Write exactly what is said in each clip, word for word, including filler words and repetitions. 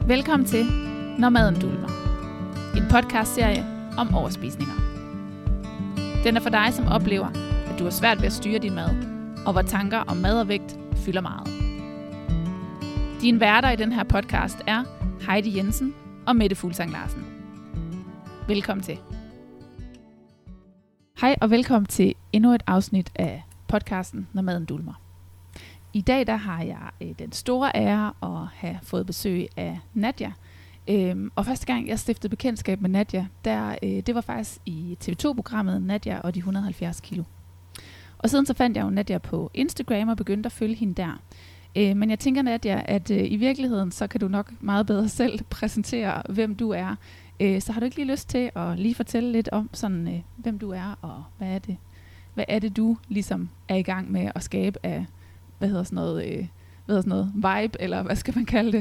Velkommen til Når maden dulmer. En podcastserie om overspisninger. Den er for dig, som oplever, at du har svært ved at styre din mad, og hvor tanker om mad og vægt fylder meget. Dine værter i den her podcast er Heidi Jensen og Mette Fuglsang Larsen. Velkommen til. Hej og velkommen til endnu et afsnit af podcasten Når maden dulmer. I dag der har jeg øh, den store ære at have fået besøg af Nadia. Øhm, og første gang jeg stiftede bekendtskab med Nadia, der, øh, det var faktisk i T V to-programmet Nadia og de et hundrede og halvfjerds kilo. Og siden så fandt jeg jo Nadia på Instagram og begyndte at følge hende der. Øh, men jeg tænker, Nadia, at øh, i virkeligheden så kan du nok meget bedre selv præsentere, hvem du er. Øh, så har du ikke lige lyst til at lige fortælle lidt om, sådan, øh, hvem du er, og hvad er det, hvad er det du ligesom er i gang med at skabe af, hvad hedder sådan noget, øh, hvad hedder sådan noget vibe, eller hvad skal man kalde det?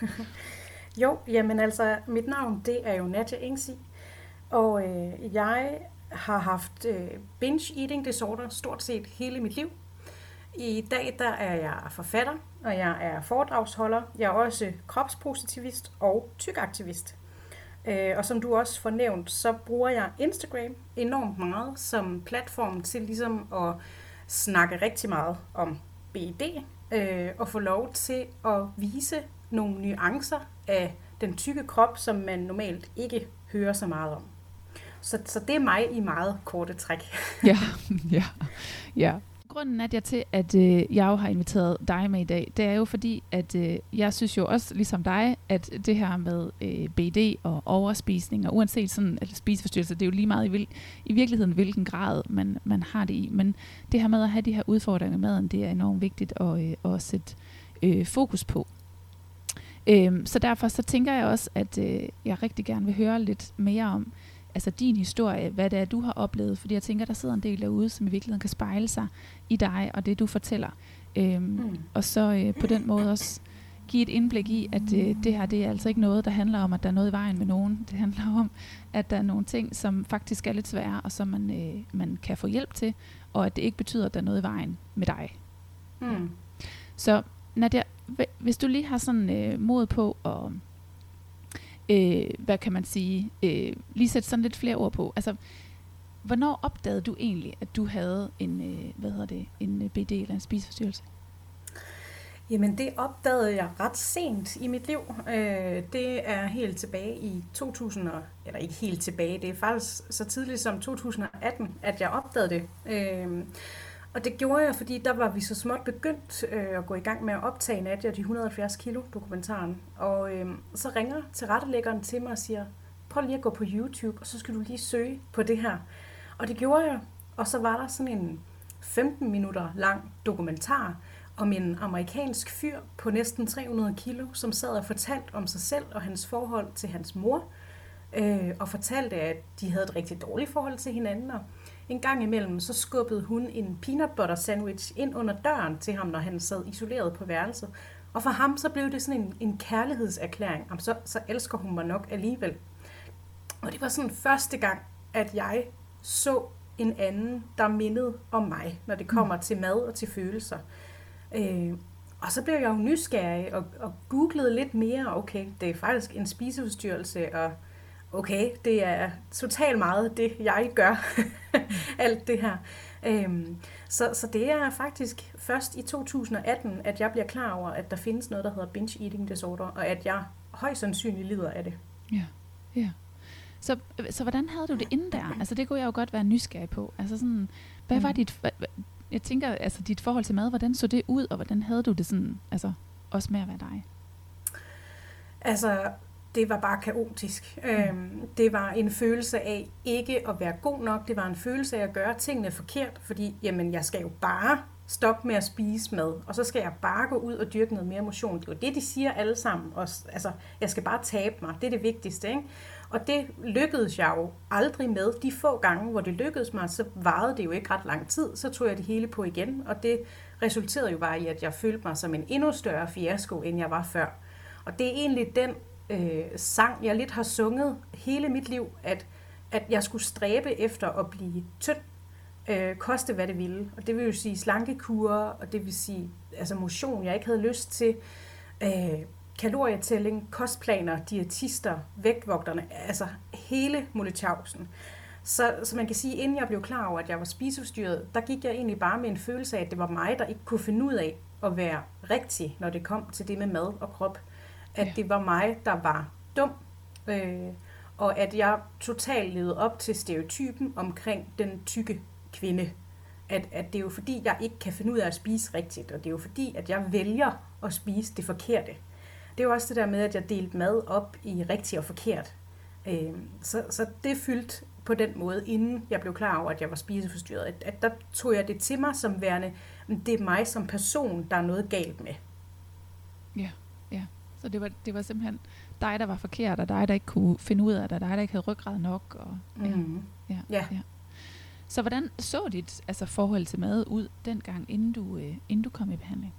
Jo, jamen altså, mit navn, det er jo Nadia Engsi, og øh, jeg har haft øh, binge eating disorder stort set hele mit liv. I dag, der er jeg forfatter, og jeg er foredragsholder. Jeg er også kropspositivist og tykaktivist. Øh, og som du også får nævnt, så bruger jeg Instagram enormt meget som platform til ligesom at snakke rigtig meget om B E D, øh, og få lov til at vise nogle nuancer af den tykke krop, som man normalt ikke hører så meget om. Så, så det er mig i meget korte træk. ja, ja, ja. Grunden er jeg til, at øh, jeg jo har inviteret dig med i dag, det er jo fordi, at øh, jeg synes jo også, ligesom dig, at det her med øh, B E D og overspisning, og uanset sådan, eller spiseforstyrrelser, det er jo lige meget i, vil, i virkeligheden, hvilken grad man, man har det i. Men det her med at have de her udfordringer med maden, det er enormt vigtigt at, øh, at sætte øh, fokus på. Øh, så derfor så tænker jeg også, at øh, jeg rigtig gerne vil høre lidt mere om, altså din historie, hvad det er, du har oplevet, fordi jeg tænker, der sidder en del derude, som i virkeligheden kan spejle sig i dig, og det du fortæller. Øhm, mm. Og så øh, på den måde også give et indblik i, at øh, det her, det er altså ikke noget, der handler om, at der er noget i vejen med nogen. Det handler om, at der er nogle ting, som faktisk er lidt svære, og som man, øh, man kan få hjælp til, og at det ikke betyder, at der er noget i vejen med dig. Mm. Ja. Så Nadia, hvis du lige har sådan øh, mod på at Øh, hvad kan man sige, øh, lige sætte sådan lidt flere ord på. Altså, hvornår opdagede du egentlig, at du havde en, øh, hvad hedder det, en B E D eller en spiseforstyrrelse? Jamen, det opdagede jeg ret sent i mit liv. Øh, det er helt tilbage i to tusind, eller ikke helt tilbage, det er faktisk så tidligt som to tusind og atten, at jeg opdagede det. Øh, Og det gjorde jeg, fordi der var vi så småt begyndt øh, at gå i gang med at optage Nadia og de et hundrede og halvfjerds kilo dokumentaren. Og øh, så ringer tilrettelæggeren til mig og siger, prøv lige at gå på YouTube, og så skal du lige søge på det her. Og det gjorde jeg. Og så var der sådan en femten minutter lang dokumentar om en amerikansk fyr på næsten tre hundrede kilo, som sad og fortalte om sig selv og hans forhold til hans mor. Øh, og fortalte, at de havde et rigtig dårligt forhold til hinanden, og en gang imellem, så skubbede hun en peanut butter sandwich ind under døren til ham, når han sad isoleret på værelset. Og for ham, så blev det sådan en, en kærlighedserklæring. Jamen, så, så elsker hun mig nok alligevel. Og det var sådan første gang, at jeg så en anden, der mindede om mig, når det kommer mm. til mad og til følelser. Øh, og så blev jeg jo nysgerrig og, og googlede lidt mere. Okay, det er faktisk en spiseforstyrrelse, og okay, det er totalt meget det, jeg gør, alt det her. Øhm, så, så det er faktisk først i to tusind og atten, at jeg bliver klar over, at der findes noget, der hedder binge eating disorder, og at jeg højst sandsynligt lider af det. Ja, ja. Så, så hvordan havde du det inden der? Altså det kunne jeg jo godt være nysgerrig på. Altså sådan, hvad var dit, jeg tænker, altså dit forhold til mad, hvordan så det ud, og hvordan havde du det sådan, altså også med at være dig? Altså, det var bare kaotisk. Mm. Det var en følelse af ikke at være god nok. Det var en følelse af at gøre tingene forkert, fordi jamen, jeg skal jo bare stoppe med at spise mad, og så skal jeg bare gå ud og dyrke noget mere motion. Det er jo det, de siger alle sammen. Også, altså, jeg skal bare tabe mig. Det er det vigtigste, ikke? Og det lykkedes jeg jo aldrig med. De få gange, hvor det lykkedes mig, så varede det jo ikke ret lang tid. Så tog jeg det hele på igen, og det resulterede jo bare i, at jeg følte mig som en endnu større fiasko, end jeg var før. Og det er egentlig den øh, sang, jeg lidt har sunget hele mit liv, at, at jeg skulle stræbe efter at blive tynd, øh, koste hvad det ville. Og det vil jo sige slankekurer, og det vil sige altså motion, jeg ikke havde lyst til. Øh, kalorietælling, kostplaner, diætister, vægtvogterne, altså hele molletjavsen. Så, så man kan sige, inden jeg blev klar over, at jeg var spiseforstyrret, der gik jeg egentlig bare med en følelse af, at det var mig, der ikke kunne finde ud af at være rigtig, når det kom til det med mad og krop. At ja. det var mig, der var dum, øh, og at jeg totalt levede op til stereotypen omkring den tykke kvinde. At, at det er jo fordi, jeg ikke kan finde ud af at spise rigtigt, og det er jo fordi, at jeg vælger at spise det forkerte. Det er jo også det der med, at jeg delte mad op i rigtig og forkert. Øh, så, så det fyldte på den måde, inden jeg blev klar over, at jeg var spiseforstyrret. At, at der tog jeg det til mig som værende, det er mig som person, der er noget galt med. Ja, ja. Så det var, det var simpelthen dig, der var forkert, og dig, der ikke kunne finde ud af det, og dig, der ikke havde ryggrad nok. Og, ja, mm. ja, ja. ja. Så hvordan så dit altså, forhold til mad ud dengang, inden du, øh, inden du kom i behandling?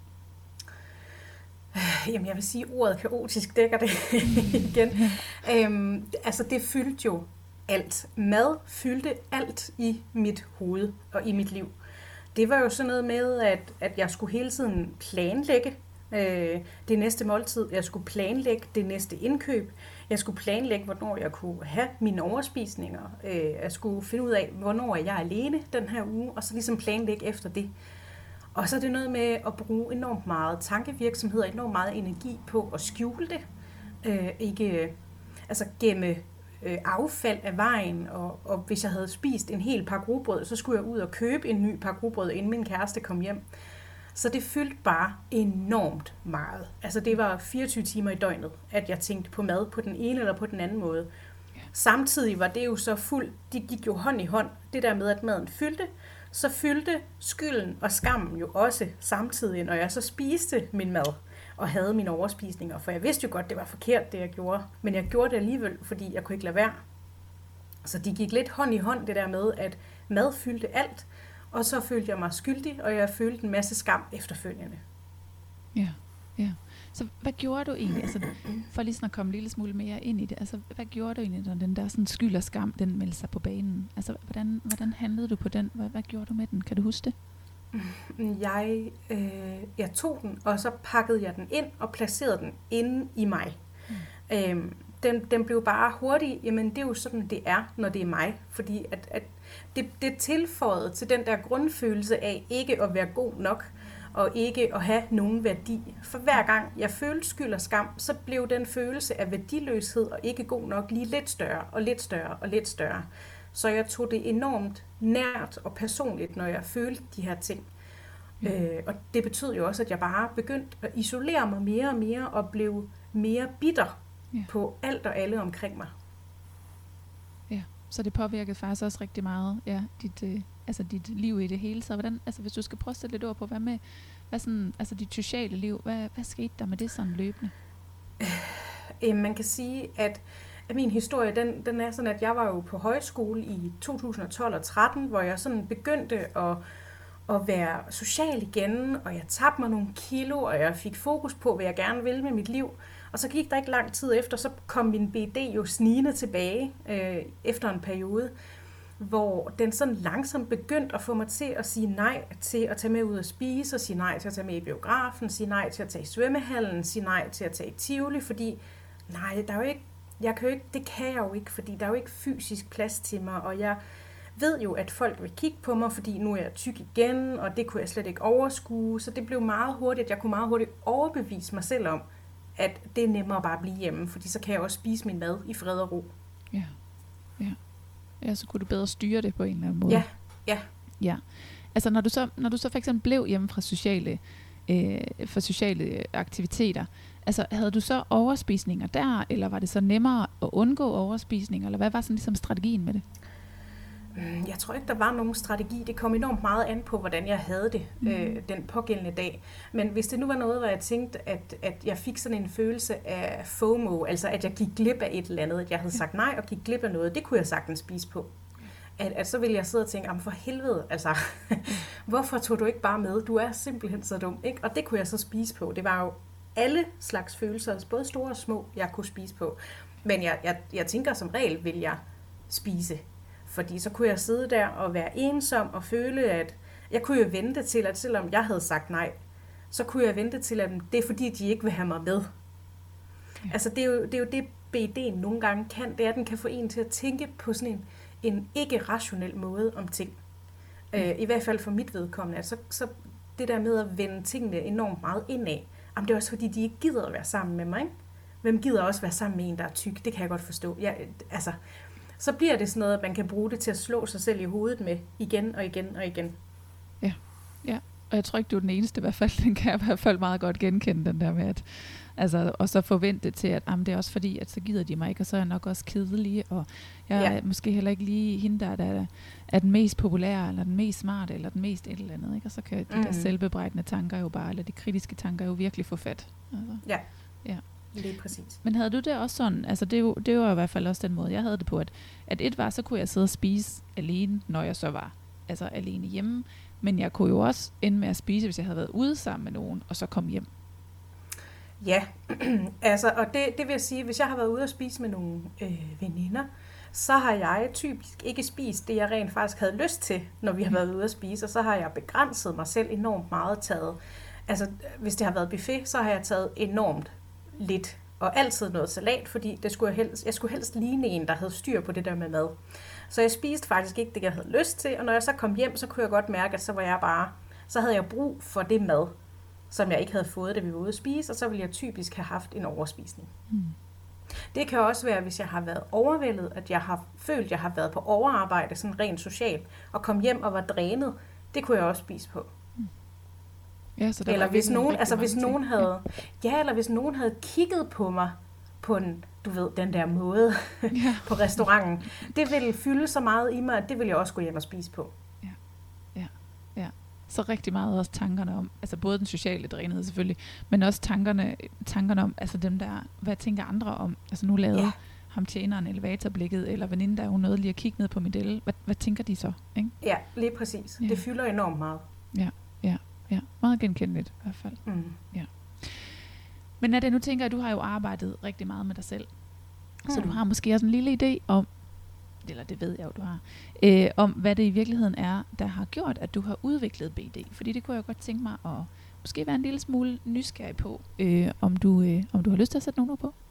Jamen, jeg vil sige, at ordet kaotisk dækker det igen. øhm, altså, det fyldte jo alt. Mad fyldte alt i mit hoved og i mit liv. Det var jo sådan noget med, at, at jeg skulle hele tiden planlægge øh, det næste måltid. Jeg skulle planlægge det næste indkøb. Jeg skulle planlægge, hvornår jeg kunne have mine overspisninger. Øh, jeg skulle finde ud af, hvornår jeg er alene den her uge, og så ligesom planlægge efter det. Og så er det noget med at bruge enormt meget tankevirksomhed og enormt meget energi på at skjule det. Øh, ikke altså gemme øh, affald af vejen, og, og hvis jeg havde spist en hel pakke rugbrød, så skulle jeg ud og købe en ny pakke rugbrød, inden min kæreste kom hjem. Så det fyldte bare enormt meget. Altså det var fireogtyve timer i døgnet, at jeg tænkte på mad på den ene eller på den anden måde. Samtidig var det jo så fuldt, de gik jo hånd i hånd, det der med, at maden fyldte, så fyldte skylden og skammen jo også samtidig, når jeg så spiste min mad og havde mine overspisninger. For jeg vidste jo godt, det var forkert, det jeg gjorde. Men jeg gjorde det alligevel, fordi jeg kunne ikke lade være. Så de gik lidt hånd i hånd, det der med, at mad fyldte alt. Og så følte jeg mig skyldig, og jeg følte en masse skam efterfølgende. Ja, ja. Så hvad gjorde du egentlig, altså, for lige sådan at komme en lille smule mere ind i det, altså hvad gjorde du egentlig, når den der sådan skyld og skam, den meldte sig på banen? Altså hvordan, hvordan handlede du på den? Hvad, hvad gjorde du med den? Kan du huske det? Jeg, øh, jeg tog den, og så pakkede jeg den ind og placerede den inde i mig. Mm. Øhm, den, den blev bare hurtig, jamen det er jo sådan, det er, når det er mig. Fordi at, at det, det tilføjede til den der grundfølelse af ikke at være god nok, og ikke at have nogen værdi. For hver gang jeg følte skyld og skam, så blev den følelse af værdiløshed og ikke god nok lige lidt større og lidt større og lidt større. Så jeg tog det enormt nært og personligt, når jeg følte de her ting. Mm. Øh, og det betød jo også, at jeg bare begyndte at isolere mig mere og mere og blev mere bitter yeah. på alt og alle omkring mig. Ja, så det påvirkede faktisk også rigtig meget, ja, dit, øh, altså dit liv i det hele. Så hvordan, altså hvis du skal prøve at sætte lidt ord på, hvad med, hvad sådan, altså dit sociale liv, hvad, hvad skete der med det sådan løbende? Øh, man kan sige, at min historie, den, den er sådan, at jeg var jo på højskole i to tusind og tolv og tretten, hvor jeg sådan begyndte at, at være social igen, og jeg tabte mig nogle kilo, og jeg fik fokus på, hvad jeg gerne ville med mit liv. Og så gik der ikke lang tid efter, så kom min B D jo snigende tilbage øh, efter en periode, hvor den sådan langsomt begyndte at få mig til at sige nej til at tage med ud og spise, og sige nej til at tage med i biografen, sige nej til at tage i svømmehallen, sige nej til at tage i Tivoli, fordi nej, der er jo ikke Jeg kan jo ikke, det kan jeg jo ikke, fordi der er jo ikke fysisk plads til mig, og jeg ved jo, at folk vil kigge på mig, fordi nu er jeg tyk igen, og det kunne jeg slet ikke overskue, så det blev meget hurtigt, at jeg kunne meget hurtigt overbevise mig selv om, at det er nemmere bare at blive hjemme, fordi så kan jeg også spise min mad i fred og ro. Ja, ja. Ja, så kunne du bedre styre det på en eller anden måde. Ja, ja. Ja. Altså når du så, når du så for eksempel blev hjemme fra sociale, øh, fra sociale aktiviteter, altså, havde du så overspisninger der, eller var det så nemmere at undgå overspisninger, eller hvad var sådan ligesom strategien med det? Jeg tror ikke, der var nogen strategi. Det kom enormt meget an på, hvordan jeg havde det mm. øh, den pågældende dag. Men hvis det nu var noget, hvor jeg tænkte, at, at jeg fik sådan en følelse af FOMO, altså at jeg gik glip af et eller andet, at jeg havde sagt nej og gik glip af noget, det kunne jeg sagtens spise på. At, at så ville jeg sidde og tænke, for helvede, altså, hvorfor tog du ikke bare med? Du er simpelthen så dum, ikke? Og det kunne jeg så spise på. Det var jo alle slags følelser, både store og små, jeg kunne spise på. Men jeg, jeg, jeg tænker, som regel vil jeg spise. Fordi så kunne jeg sidde der og være ensom og føle, at jeg kunne jo vente til, at selvom jeg havde sagt nej, så kunne jeg vente til, at det er fordi, de ikke vil have mig med. Ja. Altså det er, jo, det er jo det, B D'en nogle gange kan, det er, at den kan få en til at tænke på sådan en, en ikke-rationel måde om ting. Ja. Øh, I hvert fald for mit vedkommende. Altså, så det der med at vende tingene enormt meget indad, jamen det er også fordi, de ikke gider at være sammen med mig, ikke? Hvem gider også være sammen med en, der er tyk? Det kan jeg godt forstå. Jeg, altså, så bliver det sådan noget, at man kan bruge det til at slå sig selv i hovedet med igen og igen og igen. Ja, ja. Og jeg tror ikke, du er den eneste i hvert fald. Den kan jeg i hvert fald meget godt genkende, den der med, at altså, og så forvente til, at jamen, det er også fordi, at så gider de mig ikke, og så er jeg nok også kedelig, og jeg er ja. måske heller ikke lige hende, der er, er den mest populære, eller den mest smarte, eller den mest et eller andet. Ikke? Og så kan de mm. der selvbebrejdende tanker jo bare, eller de kritiske tanker jo virkelig få fat. Altså, ja. ja. Lige præcis. Men havde du det også sådan, altså det, jo, det var i hvert fald også den måde, jeg havde det på, at, at et var, så kunne jeg sidde og spise alene, når jeg så var altså alene hjemme, men jeg kunne jo også ende med at spise, hvis jeg havde været ude sammen med nogen, og så kom hjem. Ja, altså, og det, det vil jeg sige, hvis jeg har været ude og spise med nogle øh, veninder, så har jeg typisk ikke spist det, jeg rent faktisk havde lyst til, når vi har været ude at spise, og så har jeg begrænset mig selv enormt meget taget. Altså, hvis det har været buffet, så har jeg taget enormt lidt, og altid noget salat, fordi det skulle jeg, helst, jeg skulle helst ligne en, der havde styr på det der med mad. Så jeg spiste faktisk ikke det, jeg havde lyst til, og når jeg så kom hjem, så kunne jeg godt mærke, at så var jeg bare, så havde jeg brug for det mad, som jeg ikke havde fået, da vi var ude at spise, og så ville jeg typisk have haft en overspisning. Mm. Det kan også være, hvis jeg har været overvældet, at jeg har følt, at jeg har været på overarbejde, sådan rent socialt, og kom hjem og var drænet, det kunne jeg også spise på. Mm. Ja, så der eller hvis nogen, altså hvis ting. nogen havde, ja. ja, eller hvis nogen havde kigget på mig på en, du ved, den der måde ja. på restauranten, det ville fylde så meget i mig, at det ville jeg også gå hjem og spise på. Ja, ja, ja. Så rigtig meget også tankerne om, altså både den sociale drænhed selvfølgelig, men også tankerne, tankerne om, altså dem der, hvad tænker andre om? Altså nu lavede ja. ham tjeneren elevatorblikket, eller veninden, der er jo noget lige at kigge ned på mit el. Hvad, hvad tænker de så? Ikke? Ja, lige præcis. Ja. Det fylder enormt meget. Ja, ja, ja. Meget genkendeligt i hvert fald. Mm. Ja. Men Nadia, nu tænker jeg, at du har jo arbejdet rigtig meget med dig selv. Mm. Så du har måske også en lille idé om, eller det ved jeg jo, du har, øh, om hvad det i virkeligheden er, der har gjort, at du har udviklet B D. Fordi det kunne jeg godt tænke mig at måske være en lille smule nysgerrig på, øh, om, du, øh, om du har lyst til at sætte nogle ord på.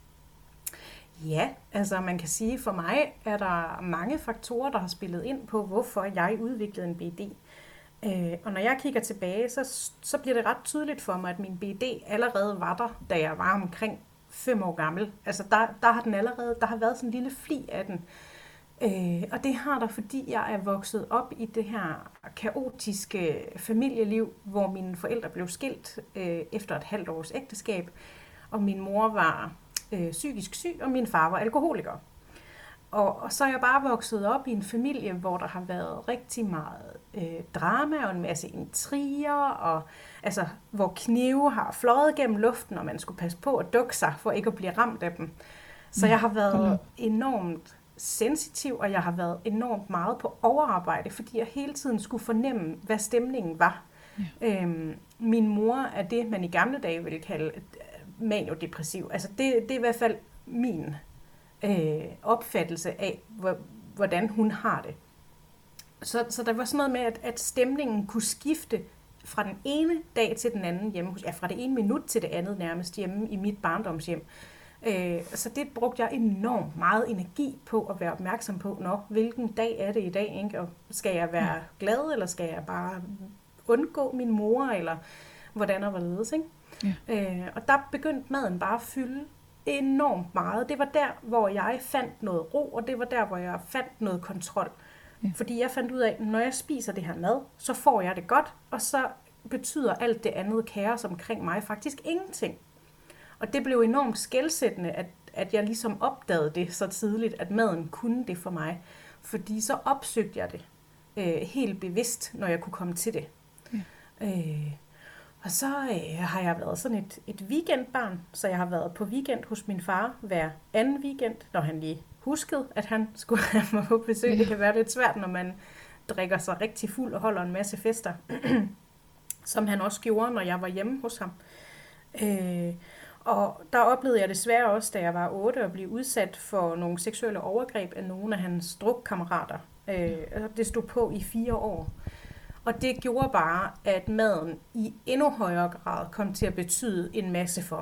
Ja, altså man kan sige, for mig er der mange faktorer, der har spillet ind på, hvorfor jeg udviklede en B D. Øh, og når jeg kigger tilbage, så, så bliver det ret tydeligt for mig, at min B D allerede var der, da jeg var omkring fem år gammel. Altså der, der har den allerede, der har været sådan en lille fli af den. Øh, og det har der, fordi jeg er vokset op i det her kaotiske familieliv, hvor mine forældre blev skilt øh, efter et halvt års ægteskab, og min mor var øh, psykisk syg, og min far var alkoholiker. Og, og så er jeg bare vokset op i en familie, hvor der har været rigtig meget øh, drama og en masse intriger, og altså, hvor knive har fløjet gennem luften, og man skulle passe på at dukke sig for ikke at blive ramt af dem. Så jeg har været enormt sensitiv, og jeg har været enormt meget på overarbejde, fordi jeg hele tiden skulle fornemme, hvad stemningen var. Ja. Øhm, min mor er det, man i gamle dage ville kalde maniodepressiv. Altså det, det er i hvert fald min øh, opfattelse af, hvordan hun har det. Så, så der var sådan noget med, at, at stemningen kunne skifte fra den ene dag til den anden hjemme, ja, fra det ene minut til det andet nærmest hjemme i mit barndomshjem. Øh, så det brugte jeg enormt meget energi på at være opmærksom på, nå, hvilken dag er det i dag, ikke? Og skal jeg være glad, eller skal jeg bare undgå min mor, eller hvordan og hvorledes, ikke? Ja. Øh, og der begyndte maden bare at fylde enormt meget. Det var der, hvor jeg fandt noget ro, og det var der, hvor jeg fandt noget kontrol. Ja. Fordi jeg fandt ud af, når jeg spiser det her mad, så får jeg det godt, og så betyder alt det andet kaos omkring mig faktisk ingenting. Og det blev enormt skelsættende, at, at jeg ligesom opdagede det så tidligt, at maden kunne det for mig. Fordi så opsøgte jeg det øh, helt bevidst, når jeg kunne komme til det. Ja. Øh, og så øh, har jeg været sådan et, et weekendbarn, så jeg har været på weekend hos min far hver anden weekend, når han lige huskede, at han skulle have mig på besøg. Ja. Det kan være lidt svært, når man drikker sig rigtig fuld og holder en masse fester, som han også gjorde, når jeg var hjemme hos ham. Øh, Og der oplevede jeg desværre også, da jeg var otte, at blive udsat for nogle seksuelle overgreb af nogle af hans drukkammerater. Det stod på i fire år. Og det gjorde bare, at maden i endnu højere grad kom til at betyde en masse for mig.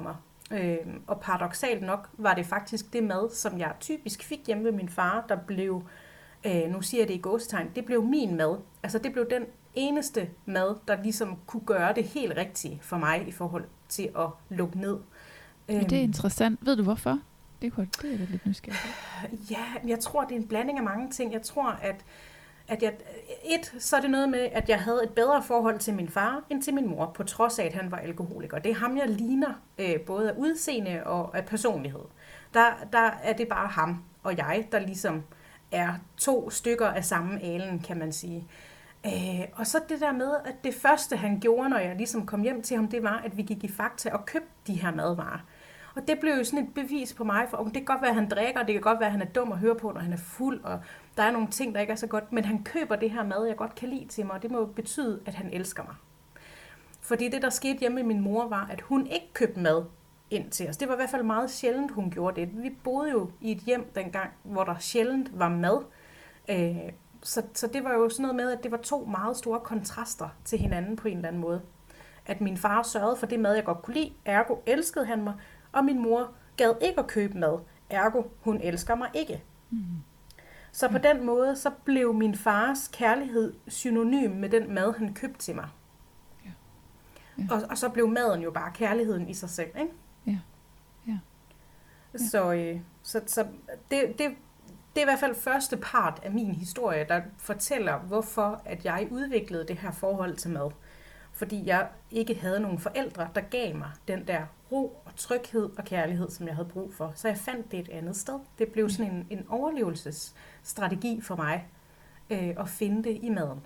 Øh, og paradoksalt nok var det faktisk det mad, som jeg typisk fik hjemme ved min far, der blev, øh, nu siger jeg det i gåsetegn, det blev min mad. Altså det blev den eneste mad, der ligesom kunne gøre det helt rigtigt for mig i forhold til at lukke ned. Ja, det er interessant. Ved du hvorfor? Det, kunne, det er da lidt nysgerrig. Ja, jeg tror, det er en blanding af mange ting. Jeg tror, at, at jeg, et, så er det noget med, at jeg havde et bedre forhold til min far, end til min mor, på trods af, at han var alkoholiker. Det er ham, jeg ligner, øh, både af udseende og af personlighed. Der, der er det bare ham og jeg, der ligesom er to stykker af samme alen, kan man sige. Øh, og så det der med, at det første, han gjorde, når jeg ligesom kom hjem til ham, det var, at vi gik i Fakta og købte de her madvarer. Og det blev jo sådan et bevis på mig, for det kan godt være, at han drikker, det kan godt være, at han er dum at høre på, når han er fuld, og der er nogle ting, der ikke er så godt, men han køber det her mad, jeg godt kan lide til mig, og det må jo betyde, at han elsker mig. Fordi det, der skete hjemme med min mor, var, at hun ikke købte mad ind til os. Det var i hvert fald meget sjældent, hun gjorde det. Vi boede jo i et hjem dengang, hvor der sjældent var mad. Øh, så, så det var jo sådan noget med, at det var to meget store kontraster til hinanden på en eller anden måde. At min far sørgede for det mad, jeg godt kunne lide, ergo elskede han mig, og min mor gad ikke at købe mad, ergo hun elsker mig ikke. Mm. Så på den måde, så blev min fars kærlighed synonym med den mad, han købte til mig. Ja. Ja. Og, og så blev maden jo bare kærligheden i sig selv, ikke? Ja. Ja. Ja. Så, øh, så, så det, det, det er i hvert fald første part af min historie, der fortæller, hvorfor at jeg udviklede det her forhold til mad. Fordi jeg ikke havde nogen forældre, der gav mig den der ro og tryghed og kærlighed, som jeg havde brug for. Så jeg fandt det et andet sted. Det blev sådan en, en overlevelsesstrategi for mig øh, at finde det i maden.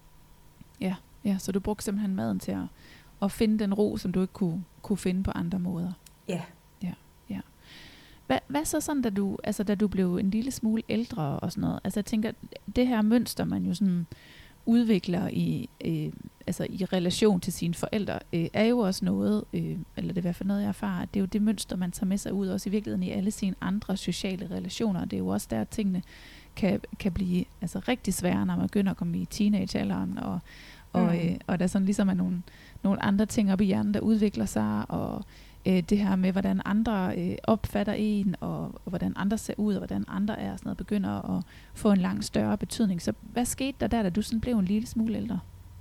Ja, ja, så du brugte simpelthen maden til at, at finde den ro, som du ikke kunne, kunne finde på andre måder. Ja. Ja, ja. Hvad, hvad så sådan, da du, altså, da du blev en lille smule ældre og sådan noget? Altså jeg tænker, det her mønster, man jo sådan udvikler i, øh, altså i relation til sine forældre, øh, er jo også noget, øh, eller det er i hvert fald noget, jeg erfarer, det er jo det mønster, man tager med sig ud, også i virkeligheden i alle sine andre sociale relationer. Det er jo også der, at tingene kan, kan blive altså, rigtig svære, når man begynder at komme i teenagealderen, og, og, mm. øh, og der sådan ligesom er nogle, nogle andre ting op i hjernen, der udvikler sig, og øh, det her med, hvordan andre øh, opfatter en, og, og hvordan andre ser ud, og hvordan andre er, sådan noget, begynder at få en langt større betydning. Så hvad skete der der, da du sådan blev en lille smule ældre?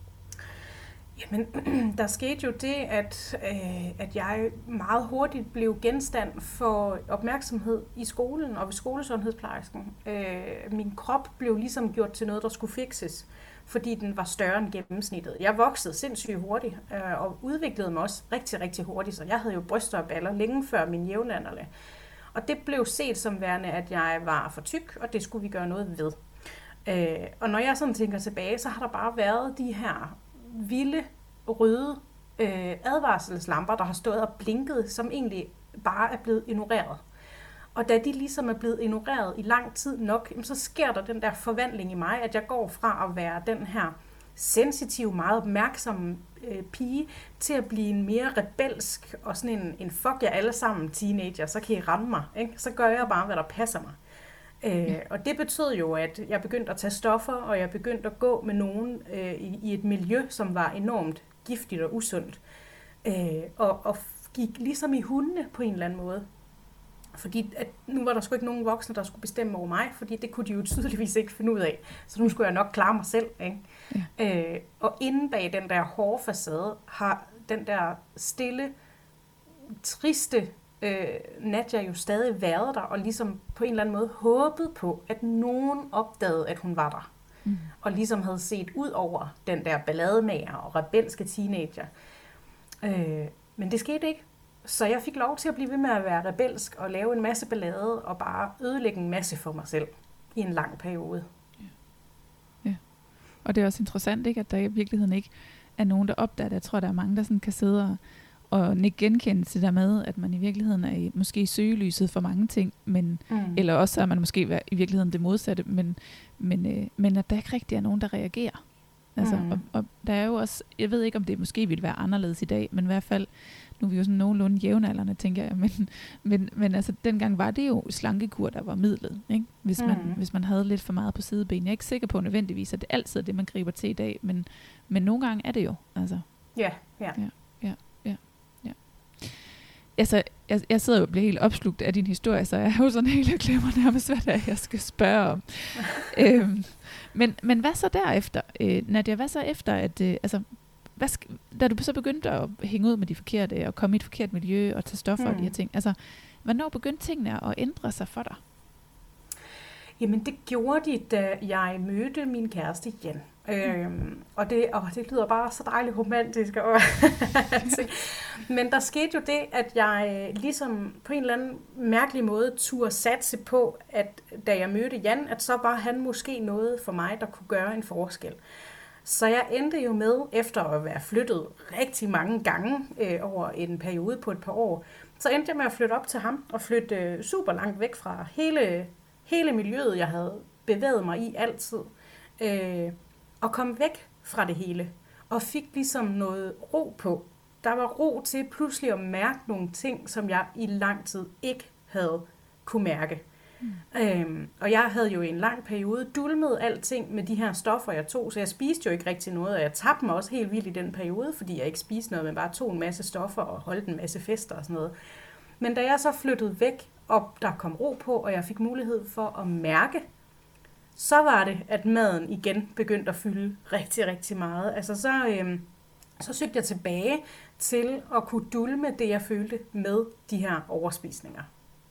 Jamen, der skete jo det, at, øh, at jeg meget hurtigt blev genstand for opmærksomhed i skolen og ved skolesundhedsplejersken. Øh, min krop blev ligesom gjort til noget, der skulle fikses, fordi den var større end gennemsnittet. Jeg voksede sindssygt hurtigt øh, og udviklede mig også rigtig, rigtig hurtigt, så jeg havde jo bryster og baller længe før min jævnaldrende. Og det blev set som værende, at jeg var for tyk, og det skulle vi gøre noget ved. Øh, og når jeg sådan tænker tilbage, så har der bare været de her vilde, røde øh, advarselslamper, der har stået og blinket, som egentlig bare er blevet ignoreret. Og da de ligesom er blevet ignoreret i lang tid nok, så sker der den der forvandling i mig, at jeg går fra at være den her sensitive, meget opmærksomme øh, pige, til at blive en mere rebelsk og sådan en, en fuck jer alle sammen teenager, så kan I ramme mig. Ikke? Så gør jeg bare, hvad der passer mig. Øh, og det betød jo, at jeg begyndte at tage stoffer, og jeg begyndte at gå med nogen øh, i, i et miljø, som var enormt giftigt og usundt. Øh, og, og gik ligesom i hundene på en eller anden måde. Fordi at nu var der sgu ikke nogen voksne, der skulle bestemme over mig, fordi det kunne de jo tydeligvis ikke finde ud af. Så nu skulle jeg nok klare mig selv. Ikke? Ja. Øh, og inde bag den der hårde facade har den der stille, triste øh, Nadia jo stadig været der, og ligesom på en eller anden måde håbet på, at nogen opdagede, at hun var der. Mm. Og ligesom havde set ud over den der ballademager og rebelske teenager. Øh, men det skete ikke. Så jeg fik lov til at blive ved med at være rebelsk og lave en masse ballade og bare ødelægge en masse for mig selv i en lang periode. Ja. Ja. Og det er også interessant, ikke, at der i virkeligheden ikke er nogen, der opdager det. Jeg tror, der er mange, der sådan kan sidde og, og nikke genkendelse der med, at man i virkeligheden er i, måske i søgelyset for mange ting, men, mm. eller også er man måske i virkeligheden det modsatte, men, men, øh, men at der ikke rigtig er nogen, der reagerer. Altså, mm. og, og der er jo også, jeg ved ikke, om det måske ville være anderledes i dag, men i hvert fald, nu er vi jo sådan nogenlunde jævnaldrende, tænker jeg, men, men, men altså, dengang var det jo slankekur, der var midlet, ikke? Hvis, man, mm. hvis man havde lidt for meget på sideben. Jeg er ikke sikker på nødvendigvis, at det altid er det, man griber til i dag, men, men nogle gange er det jo. Altså. Ja, ja. Ja, ja, ja, ja. Altså, jeg, jeg sidder jo og bliver helt opslugt af din historie, så jeg er jo sådan helt, jeg glemmer nærmest, hvad det er, jeg skal spørge om. øhm, men, men hvad så derefter, øh, Nadia, hvad så efter, at, øh, altså, hvad sk- da du så begyndte at hænge ud med de forkerte, og komme i et forkert miljø, og tage stoffer mm. og de her ting, altså, hvornår begyndte tingene at ændre sig for dig? Jamen, det gjorde de, da jeg mødte min kæreste Jan. Mm. Øhm, og det, åh, det lyder bare så dejligt romantisk. Og men der skete jo det, at jeg ligesom på en eller anden mærkelig måde turde satse på, at da jeg mødte Jan, at så var han måske noget for mig, der kunne gøre en forskel. Så jeg endte jo med, efter at være flyttet rigtig mange gange øh, over en periode på et par år, så endte jeg med at flytte op til ham og flytte øh, super langt væk fra hele, hele miljøet, jeg havde bevæget mig i altid. Øh, og kom væk fra det hele, og fik ligesom noget ro på. Der var ro til pludselig at mærke nogle ting, som jeg i lang tid ikke havde kunne mærke. Mm. Øhm, og jeg havde jo i en lang periode dulmet alting med de her stoffer, jeg tog, så jeg spiste jo ikke rigtig noget, og jeg tabte mig også helt vildt i den periode, fordi jeg ikke spiste noget, men bare tog en masse stoffer og holdt en masse fester og sådan noget. Men da jeg så flyttede væk, og der kom ro på, og jeg fik mulighed for at mærke, så var det, at maden igen begyndte at fylde rigtig, rigtig meget. Altså så, øhm, så søgte jeg tilbage til at kunne dulme det, jeg følte med de her overspisninger.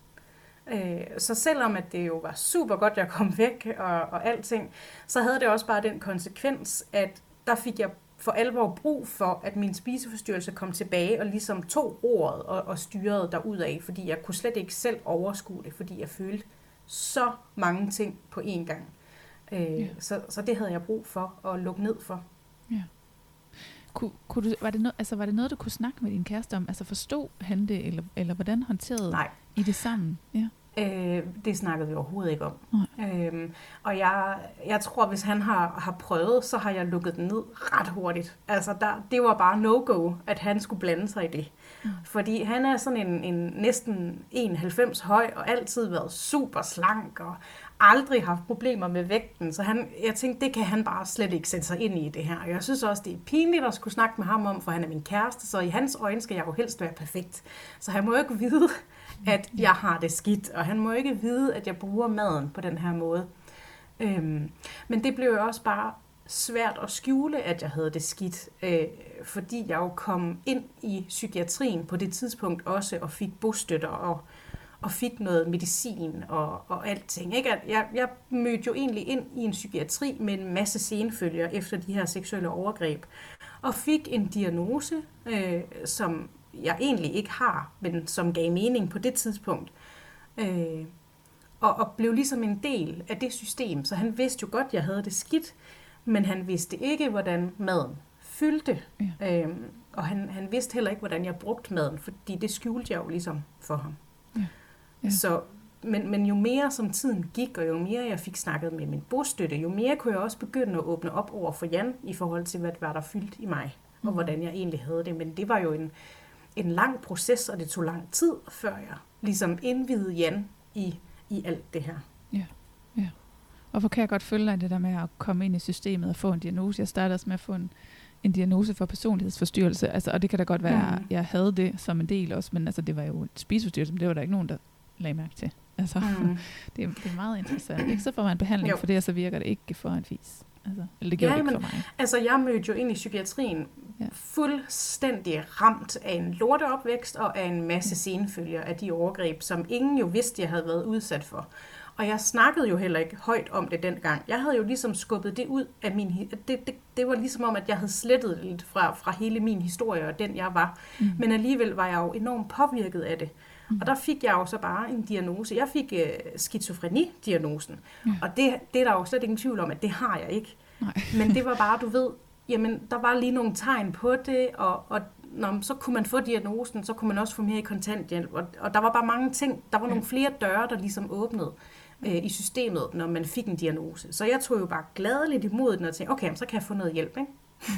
Øh, så selvom at det jo var super godt, jeg kom væk og, og alting, så havde det også bare den konsekvens, at der fik jeg for alvor brug for, at min spiseforstyrrelse kom tilbage og ligesom tog ordet og, og styrede derudad, fordi jeg kunne slet ikke selv overskue det, fordi jeg følte så mange ting på én gang. Øh, ja. så, så det havde jeg brug for at lukke ned for. Ja. Kunne, kunne du, var, det noget, altså, var det noget, du kunne snakke med din kæreste om? Altså forstod han det, eller, eller hvordan håndterede Nej. I det sammen? Ja. Øh, det snakkede vi overhovedet ikke om. Øhm, og jeg, jeg tror, hvis han har, har prøvet, så har jeg lukket den ned ret hurtigt. Altså, der, det var bare no-go, at han skulle blande sig i det. Mm. Fordi han er sådan en, en næsten en komma halvfems høj, og altid været super slank, og aldrig haft problemer med vægten. Så han, jeg tænkte, det kan han bare slet ikke sætte sig ind i det her. Og jeg synes også, det er pinligt at skulle snakke med ham om, for han er min kæreste, så i hans øjne skal jeg jo helst være perfekt. Så han må jo ikke vide, at jeg har det skidt, og han må ikke vide, at jeg bruger maden på den her måde. Øhm, men det blev jo også bare svært at skjule, at jeg havde det skidt, øh, fordi jeg jo kom ind i psykiatrien på det tidspunkt også, og fik bostøtter, og, og fik noget medicin og, og alting. Ikke? At jeg, jeg mødte jo egentlig ind i en psykiatri med en masse senfølger efter de her seksuelle overgreb, og fik en diagnose, øh, som jeg egentlig ikke har, men som gav mening på det tidspunkt. Øh, og, og blev ligesom en del af det system. Så han vidste jo godt, at jeg havde det skidt, men han vidste ikke, hvordan maden fyldte. Ja. Øh, og han, han vidste heller ikke, hvordan jeg brugte maden, fordi det skjulte jeg jo ligesom for ham. Ja. Ja. Så, men, men jo mere som tiden gik, og jo mere jeg fik snakket med min bostøtte, jo mere kunne jeg også begynde at åbne op over for Jan, i forhold til, hvad var der fyldt i mig, og mm. hvordan jeg egentlig havde det. Men det var jo en en lang proces, og det tog lang tid, før jeg ligesom indvidede Jan i, i alt det her. Ja, ja. Og hvor kan jeg godt følge dig det der med at komme ind i systemet og få en diagnose. Jeg startede også med at få en, en diagnose for personlighedsforstyrrelse, altså, og det kan da godt være, at mm. jeg havde det som en del også, men altså, det var jo et spiseforstyrrelse, men det var der ikke nogen, der lagde mærke til. Altså, mm. det, er, det er meget interessant. Ikke så får man behandling jo. For det, og så virker det ikke for en fis. Altså, eller det gjorde ja, det ikke men, for mig. Altså, jeg mødte jo ind i psykiatrien ja. fuldstændig ramt af en lorteopvækst og af en masse senfølger af de overgreb, som ingen jo vidste, jeg havde været udsat for. Og jeg snakkede jo heller ikke højt om det dengang. Jeg havde jo ligesom skubbet det ud af min... Det, det, det var ligesom om, at jeg havde slettet lidt fra, fra hele min historie og den, jeg var. Mm. Men alligevel var jeg jo enormt påvirket af det. Mm. Og der fik jeg jo så bare en diagnose. Jeg fik uh, skizofreni-diagnosen. Ja. Og det, det er der jo slet ingen tvivl om, at det har jeg ikke. Nej. Men det var bare, du ved, jamen, der var lige nogle tegn på det, og, og når, så kunne man få diagnosen, så kunne man også få mere i kontanthjælp. Og, og der var bare mange ting, der var ja. nogle flere døre, der ligesom åbnede øh, i systemet, når man fik en diagnose. Så jeg tog jo bare gladeligt imod den og tænkte, okay, så kan jeg få noget hjælp, ikke?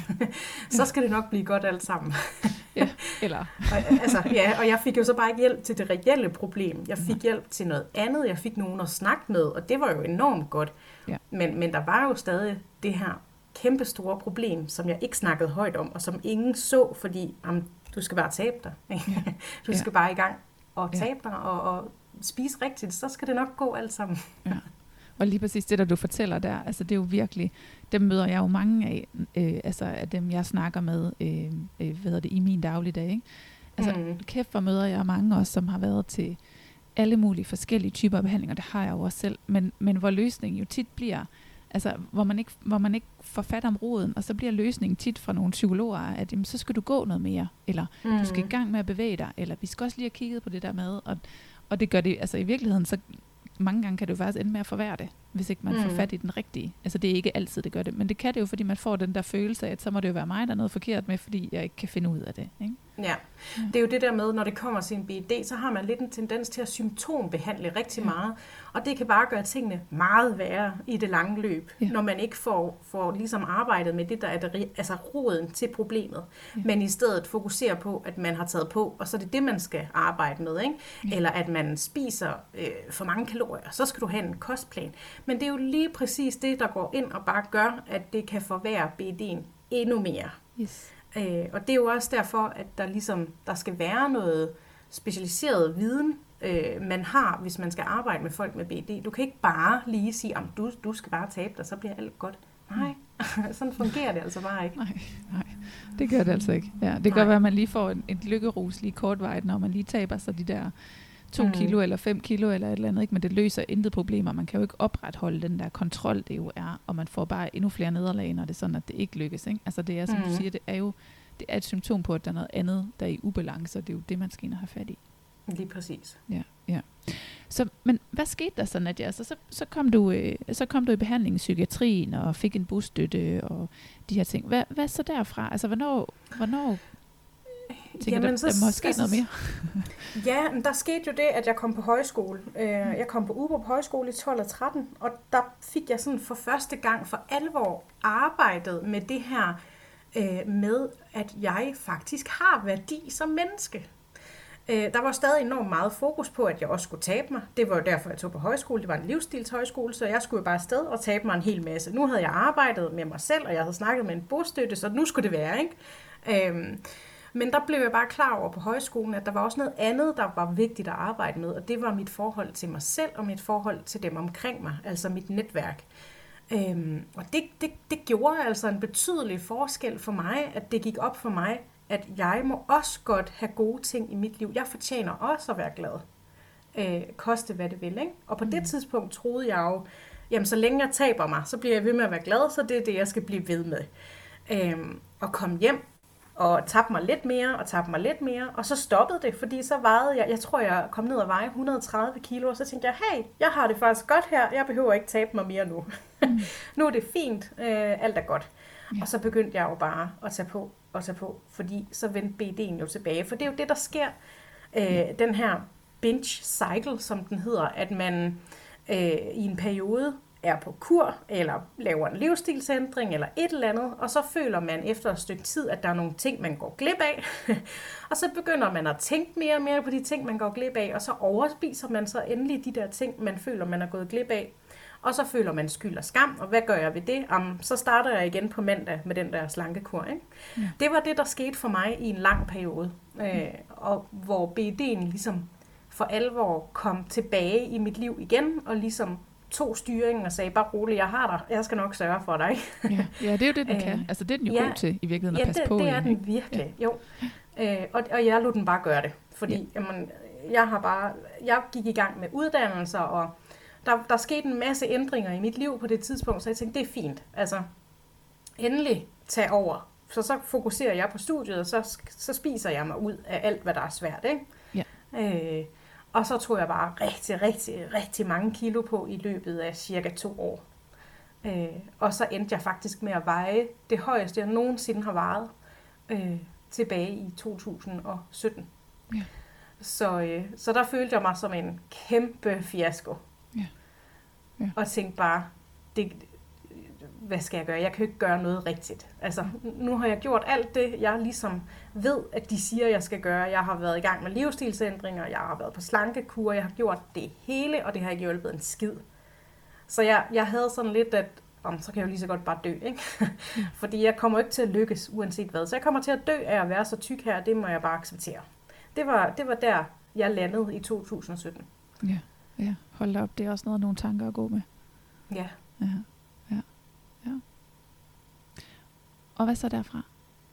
Så skal det nok blive godt alt sammen. Ja, eller... og, altså, ja, og jeg fik jo så bare ikke hjælp til det reelle problem. Jeg fik hjælp til noget andet. Jeg fik nogen at snakke med, og det var jo enormt godt. Ja. Men, men der var jo stadig det her kæmpe store problem, som jeg ikke snakkede højt om, og som ingen så, fordi jamen, du skal bare tabe dig. Du skal ja. bare i gang. og tabe dig og, og spise rigtigt, så skal det nok gå alt sammen. Ja. Og lige præcis det, der du fortæller der, altså det er jo virkelig, dem møder jeg jo mange af, øh, altså af dem, jeg snakker med øh, øh, hvad hedder det, i min dagligdag. Ikke? Altså mm. kæft, hvor møder jeg mange også, som har været til alle mulige forskellige typer af behandlinger, det har jeg jo også selv, men, men hvor løsningen jo tit bliver, altså hvor man ikke, hvor man ikke får fat om roden, og så bliver løsningen tit fra nogle psykologer, at jamen, så skal du gå noget mere, eller mm. du skal i gang med at bevæge dig, eller vi skal også lige have kigget på det der med, og, og det gør det, altså i virkeligheden, så mange gange kan det jo faktisk ende med at forværre det, hvis ikke man mm. får fat i den rigtige. Altså det er ikke altid, det gør det, men det kan det jo, fordi man får den der følelse af, at så må det jo være mig, der er noget forkert med, fordi jeg ikke kan finde ud af det. Ikke? Ja, det er jo det der med, når det kommer til en B D, så har man lidt en tendens til at symptombehandle rigtig meget, og det kan bare gøre tingene meget værre i det lange løb, ja. Når man ikke får, får ligesom arbejdet med det, der er det, altså roden til problemet, ja. Men i stedet fokuserer på, at man har taget på, og så er det det, man skal arbejde med, ikke? Ja. Eller at man spiser øh, for mange kalorier, så skal du have en kostplan. Men det er jo lige præcis det, der går ind og bare gør, at det kan forværre B D'en endnu mere. Yes. Øh, og det er jo også derfor, at der ligesom der skal være noget specialiseret viden, øh, man har, hvis man skal arbejde med folk med B D. Du kan ikke bare lige sige, at du, du skal bare tabe dig, så bliver alt godt. Nej, sådan fungerer det altså bare ikke. Nej, nej, det gør det altså ikke. Ja, det kan godt være, at man lige får en, en lykkerus lige kortvarigt, når man lige taber sig de der to mm. kilo eller fem kilo eller et eller andet, ikke? Men det løser intet problemer. Man kan jo ikke opretholde den der kontrol, det jo er, og man får bare endnu flere nederlag, når det er sådan, at det ikke lykkes. Ikke? Altså det er, som mm. du siger, det er jo det er et symptom på, at der er noget andet, der er i ubalance, og det er jo det, man skal ind og have fat i. Lige præcis. Ja, ja. Så, men hvad skete der så, Nadia? Altså, så, så, kom du, øh, så kom du i behandling i psykiatrien, og fik en bostøtte, og de her ting. Hvad, hvad så derfra? Altså, hvornår... hvornår tænker Jamen, der, så, der må ske altså, noget mere? Ja, men der skete jo det, at jeg kom på højskole. Jeg kom på Uber på højskole i tolv og tretten, og der fik jeg sådan for første gang for alvor arbejdet med det her med, at jeg faktisk har værdi som menneske. Der var stadig enormt meget fokus på, at jeg også skulle tabe mig. Det var jo derfor, jeg tog på højskole. Det var en livsstilshøjskole, så jeg skulle jo bare afsted og tabe mig en hel masse. Nu havde jeg arbejdet med mig selv, og jeg havde snakket med en bostøtte, så nu skulle det være, ikke? Øhm, men der blev jeg bare klar over på højskolen, at der var også noget andet, der var vigtigt at arbejde med, og det var mit forhold til mig selv og mit forhold til dem omkring mig, altså mit netværk. Øhm, og det, det, det gjorde altså en betydelig forskel for mig, at det gik op for mig, at jeg må også godt have gode ting i mit liv. Jeg fortjener også at være glad. Øh, koste hvad det vil, ikke? Og på mm. det tidspunkt troede jeg jo, jamen så længe jeg taber mig, så bliver jeg ved med at være glad, så det er det, jeg skal blive ved med. Øhm, og komme hjem og tabe mig lidt mere, og tabe mig lidt mere, og så stoppede det, fordi så vejede jeg, jeg tror jeg kom ned og veje et hundrede og tredive kilo, og så tænkte jeg, hey, jeg har det faktisk godt her, jeg behøver ikke tabe mig mere nu. Mm. Nu er det fint, øh, alt er godt. Ja. Og så begyndte jeg jo bare at tage på, og tage på, fordi så vendte B D'en jo tilbage, for det er jo det, der sker, øh, mm. den her binge cycle, som den hedder, at man øh, i en periode er på kur, eller laver en livsstilsændring, eller et eller andet, og så føler man efter et stykke tid, at der er nogle ting, man går glip af, og så begynder man at tænke mere og mere på de ting, man går glip af, og så overspiser man så endelig de der ting, man føler, man er gået glip af, og så føler man skyld og skam, og hvad gør jeg ved det? Um, så starter jeg igen på mandag med den der slankekur, ikke? Ja. Det var det, der skete for mig i en lang periode, øh, og hvor B D'en ligesom for alvor kom tilbage i mit liv igen, og ligesom tog styringen og sagde, bare rolig, jeg har dig, jeg skal nok sørge for dig. Ja, ja, det er jo det, den kan. Altså, det er den jo ja, god til, i virkeligheden, at ja, passe det, på. Ja, det er den virkelig, ja. Jo. Øh, og, og jeg lod den bare gøre det, fordi ja. jamen, jeg har bare, jeg gik i gang med uddannelser, og der, der skete en masse ændringer i mit liv på det tidspunkt, så jeg tænkte, det er fint. Altså, endelig tag over. Så så fokuserer jeg på studiet, og så, så spiser jeg mig ud af alt, hvad der er svært, ikke? Ja. Øh, Og så tog jeg bare rigtig, rigtig, rigtig mange kilo på i løbet af cirka to år. Øh, og så endte jeg faktisk med at veje det højeste, jeg nogensinde har vejet, øh, tilbage i to tusind og sytten. Ja. Så, øh, så der følte jeg mig som en kæmpe fiasko. Ja. Ja. Og tænkte bare, det, hvad skal jeg gøre? Jeg kan jo ikke gøre noget rigtigt. Altså, nu har jeg gjort alt det, jeg ligesom ved, at de siger, jeg skal gøre. Jeg har været i gang med livsstilsændringer, jeg har været på slankekur, jeg har gjort det hele, og det har ikke hjulpet en skid. Så jeg, jeg havde sådan lidt, at om, så kan jeg jo lige så godt bare dø, ikke? Fordi jeg kommer ikke til at lykkes, uanset hvad. Så jeg kommer til at dø af at være så tyk her, det må jeg bare acceptere. Det var, det var der, jeg landede i to tusind sytten. Ja, ja. Hold da op, det er også noget nogle tanker at gå med. Ja. Ja, ja, ja. Og hvad så derfra?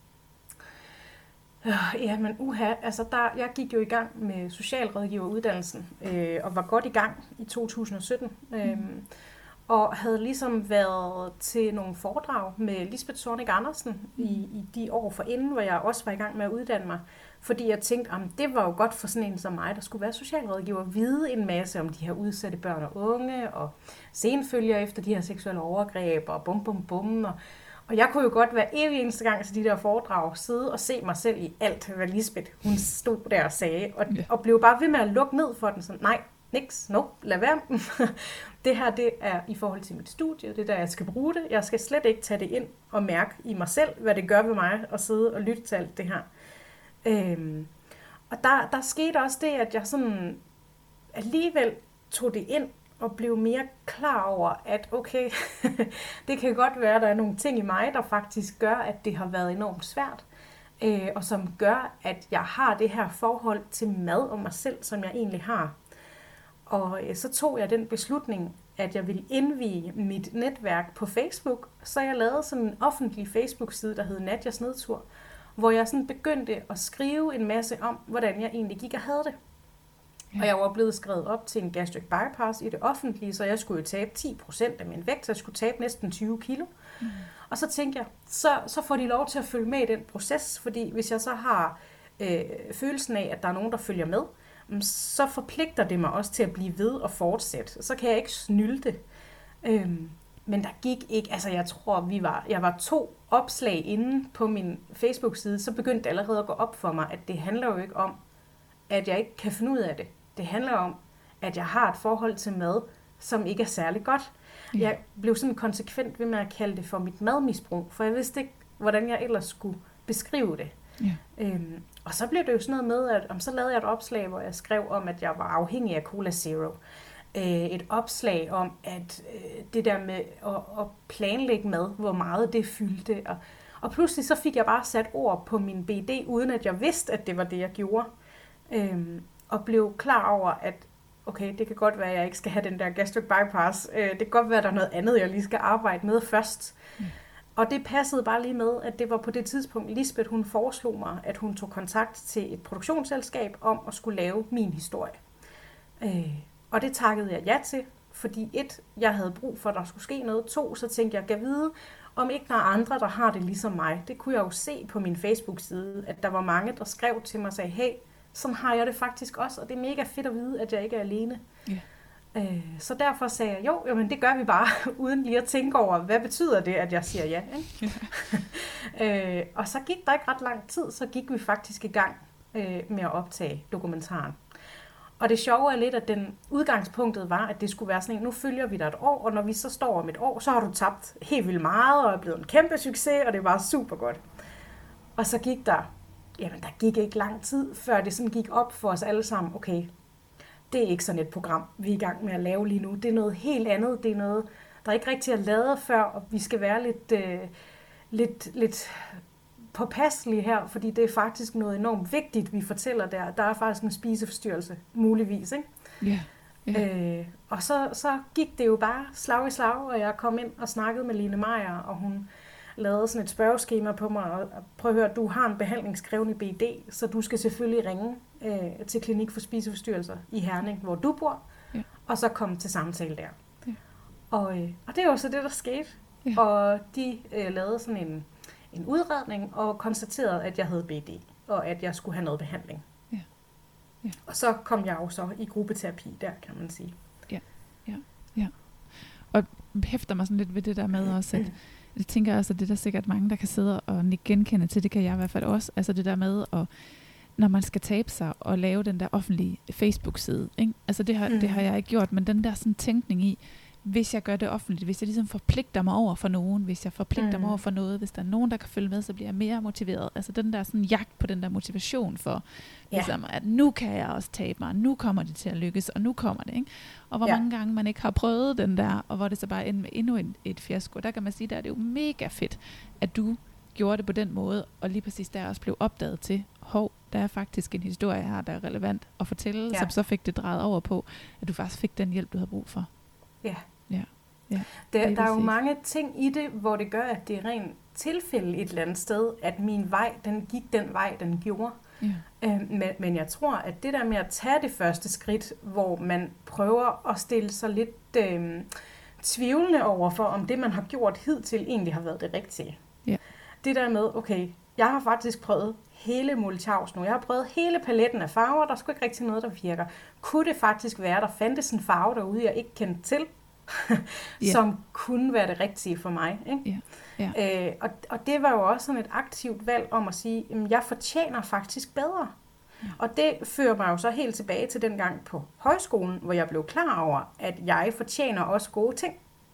Ja, men uha, altså der, jeg gik jo i gang med socialrådgiveruddannelsen, øh, og var godt i gang i to tusind sytten. Øh, mm. Og havde ligesom været til nogle foredrag med Lisbeth Zornig Andersen mm. i, i de år forinden, hvor jeg også var i gang med at uddanne mig. Fordi jeg tænkte, at det var jo godt for sådan en som mig, der skulle være socialrådgiver, vide en masse om de her udsatte børn og unge, og senfølger efter de her seksuelle overgreb, og bum bum bum. Og, og jeg kunne jo godt hver evig eneste gang til de der foredrag sidde og se mig selv i alt, hvad Lisbeth hun stod der og sagde, og, yeah. og blev bare ved med at lukke ned for den, sådan, nej, niks, no, lad være. Det her, det er i forhold til mit studie, det er der, jeg skal bruge det. Jeg skal slet ikke tage det ind og mærke i mig selv, hvad det gør ved mig at sidde og lytte til alt det her. Øhm, og der, der skete også det, at jeg sådan alligevel tog det ind og blev mere klar over, at okay, det kan godt være, at der er nogle ting i mig, der faktisk gør, at det har været enormt svært, øh, og som gør, at jeg har det her forhold til mad og mig selv, som jeg egentlig har. Og øh, så tog jeg den beslutning, at jeg ville indvie mit netværk på Facebook, så jeg lavede sådan en offentlig Facebook-side, der hed Nadjas Nedtur, hvor jeg sådan begyndte at skrive en masse om, hvordan jeg egentlig gik og havde det. Ja. Og jeg var blevet skrevet op til en gastric bypass i det offentlige, så jeg skulle jo tabe ti procent af min vægt, så jeg skulle tabe næsten tyve kilo. Mm. Og så tænkte jeg, så, så får de lov til at følge med i den proces, fordi hvis jeg så har øh, følelsen af, at der er nogen, der følger med, så forpligter det mig også til at blive ved og fortsætte. Så kan jeg ikke snylte. Øhm, men der gik ikke, altså jeg tror, vi var, jeg var to opslag inde på min Facebook-side, så begyndte det allerede at gå op for mig, at det handler jo ikke om, at jeg ikke kan finde ud af det. Det handler om, at jeg har et forhold til mad, som ikke er særlig godt. Ja. Jeg blev sådan konsekvent ved med at kalde det for mit madmisbrug, for jeg vidste ikke, hvordan jeg ellers skulle beskrive det. Ja. Øhm, og så blev det jo sådan noget med, at om så lavede jeg et opslag, hvor jeg skrev om, at jeg var afhængig af Cola Zero. Øh, et opslag om, at øh, det der med at, at planlægge mad, hvor meget det fyldte. Og, og pludselig så fik jeg bare sat ord på min B D, uden at jeg vidste, at det var det, jeg gjorde. Øhm, og blev klar over, at okay, det kan godt være, at jeg ikke skal have den der gastric bypass. Øh, det kan godt være, at der er noget andet, jeg lige skal arbejde med først. Mm. Og det passede bare lige med, at det var på det tidspunkt, Lisbeth hun foreslog mig, at hun tog kontakt til et produktionsselskab om at skulle lave min historie. Øh, og det takkede jeg ja til, fordi et, jeg havde brug for, at der skulle ske noget. To, så tænkte jeg, kan vide, om ikke der er andre, der har det ligesom mig. Det kunne jeg jo se på min Facebook-side, at der var mange, der skrev til mig og sagde, hey, sådan har jeg det faktisk også, og det er mega fedt at vide, at jeg ikke er alene. Yeah. Øh, så derfor sagde jeg, jo, jamen det gør vi bare, uden lige at tænke over, hvad betyder det, at jeg siger ja. Ikke? Yeah. øh, og så gik der ikke ret lang tid, så gik vi faktisk i gang øh, med at optage dokumentaren. Og det sjove er lidt, at den udgangspunktet var, at det skulle være sådan en, nu følger vi dig et år, og når vi så står om et år, så har du tabt helt vildt meget, og er blevet en kæmpe succes, og det var super godt. Og så gik der, jamen der gik ikke lang tid, før det sådan gik op for os alle sammen, okay, det er ikke sådan et program, vi er i gang med at lave lige nu. Det er noget helt andet, det er noget, der ikke rigtig er lavet før, og vi skal være lidt, øh, lidt, lidt påpasselige her, fordi det er faktisk noget enormt vigtigt, vi fortæller der. Der er faktisk en spiseforstyrrelse, muligvis, ikke? Yeah. Yeah. Øh, og så, så gik det jo bare slag i slag, og jeg kom ind og snakkede med Line Meyer, og hun lavede sådan et spørgeskema på mig, og prøv at høre, du har en behandlingskrævende B D, så du skal selvfølgelig ringe øh, til Klinik for Spiseforstyrrelser i Herning, hvor du bor, yeah. og så komme til samtale der. Yeah. Og, øh, og det er jo så det, der skete. Yeah. Og de øh, lavede sådan en en udredning og konstaterede, at jeg havde B D, og at jeg skulle have noget behandling. Ja. Ja. Og så kom jeg jo så i gruppeterapi der, kan man sige. Ja, ja, ja. Og hæfter mig sådan lidt ved det der med også, at jeg tænker også, at det er der sikkert mange, der kan sidde og genkende til, det kan jeg i hvert fald også, altså det der med, at når man skal tabe sig og lave den der offentlige Facebook-side, ikke? Altså det har, mm. det har jeg ikke gjort, men den der sådan tænkning i, hvis jeg gør det offentligt, hvis jeg ligesom forpligter mig over for nogen, hvis jeg forpligter mm. mig over for noget, hvis der er nogen, der kan følge med, så bliver jeg mere motiveret. Altså den der sådan jagt på den der motivation for, ja. Ligesom, at nu kan jeg også tabe mig, nu kommer det til at lykkes, og nu kommer det, ikke? Og hvor ja. mange gange man ikke har prøvet den der, og hvor det så bare ender med endnu et, et fiasko, der kan man sige, der er det jo mega fedt, at du gjorde det på den måde, og lige præcis der også blev opdaget til, hov, der er faktisk en historie her, der er relevant at fortælle, ja. Som så fik det drejet over på, at du faktisk fik den hjælp, du havde brug for. Ja. Ja. Ja, der, der er jo mange ting i det, hvor det gør, at det er rent tilfælde et eller andet sted, at min vej, den gik den vej, den gjorde. Ja. Øh, men, men jeg tror, at det der med at tage det første skridt, hvor man prøver at stille sig lidt øh, tvivlende over for, om det, man har gjort hidtil, egentlig har været det rigtige. Ja. Det der med, okay, jeg har faktisk prøvet hele Multichaus nu. Jeg har prøvet hele paletten af farver, der er sgu ikke rigtig noget, der virker. Kunne det faktisk være, der fandtes en farve derude, jeg ikke kendte til, yeah. som kunne være det rigtige for mig. Ikke? Yeah. Yeah. Øh, og, og det var jo også sådan et aktivt valg om at sige, at jeg fortjener faktisk bedre. Yeah. Og det fører mig jo så helt tilbage til den gang på højskolen, hvor jeg blev klar over, at jeg fortjener også gode ting.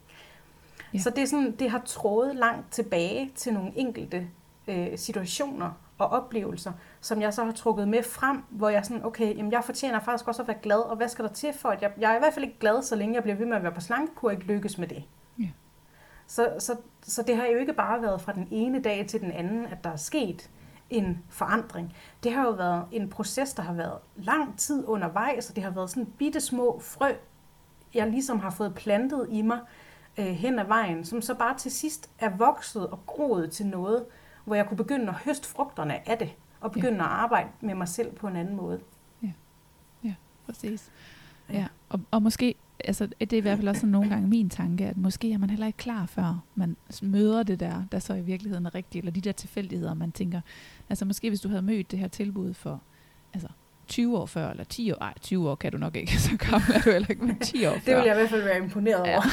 Yeah. Så det, er sådan, det har trådet langt tilbage til nogle enkelte øh, situationer og oplevelser, som jeg så har trukket med frem, hvor jeg sådan, okay, jamen jeg fortjener faktisk også at være glad, og hvad skal der til for, at jeg, jeg er i hvert fald ikke glad, så længe jeg bliver ved med at være på slankekur, og ikke lykkes med det. Yeah. Så, så, så det har jo ikke bare været fra den ene dag til den anden, at der er sket en forandring. Det har jo været en proces, der har været lang tid undervejs, og det har været sådan bitte små frø, jeg ligesom har fået plantet i mig øh, hen ad vejen, som så bare til sidst er vokset og groet til noget, hvor jeg kunne begynde at høste frugterne af det, og begynde ja. At arbejde med mig selv på en anden måde. Ja, ja, præcis. Ja. Ja. Og, og måske, altså det er i hvert fald også nogle gange min tanke, at måske er man heller ikke klar, før man møder det der, der så i virkeligheden er rigtigt, eller de der tilfældigheder, man tænker, altså måske hvis du havde mødt det her tilbud for, altså tyve år før, eller ti år, ej, tyve år kan du nok ikke, så gammel er du heller ikke, men ti år før. Det vil jeg i hvert fald være imponeret ja.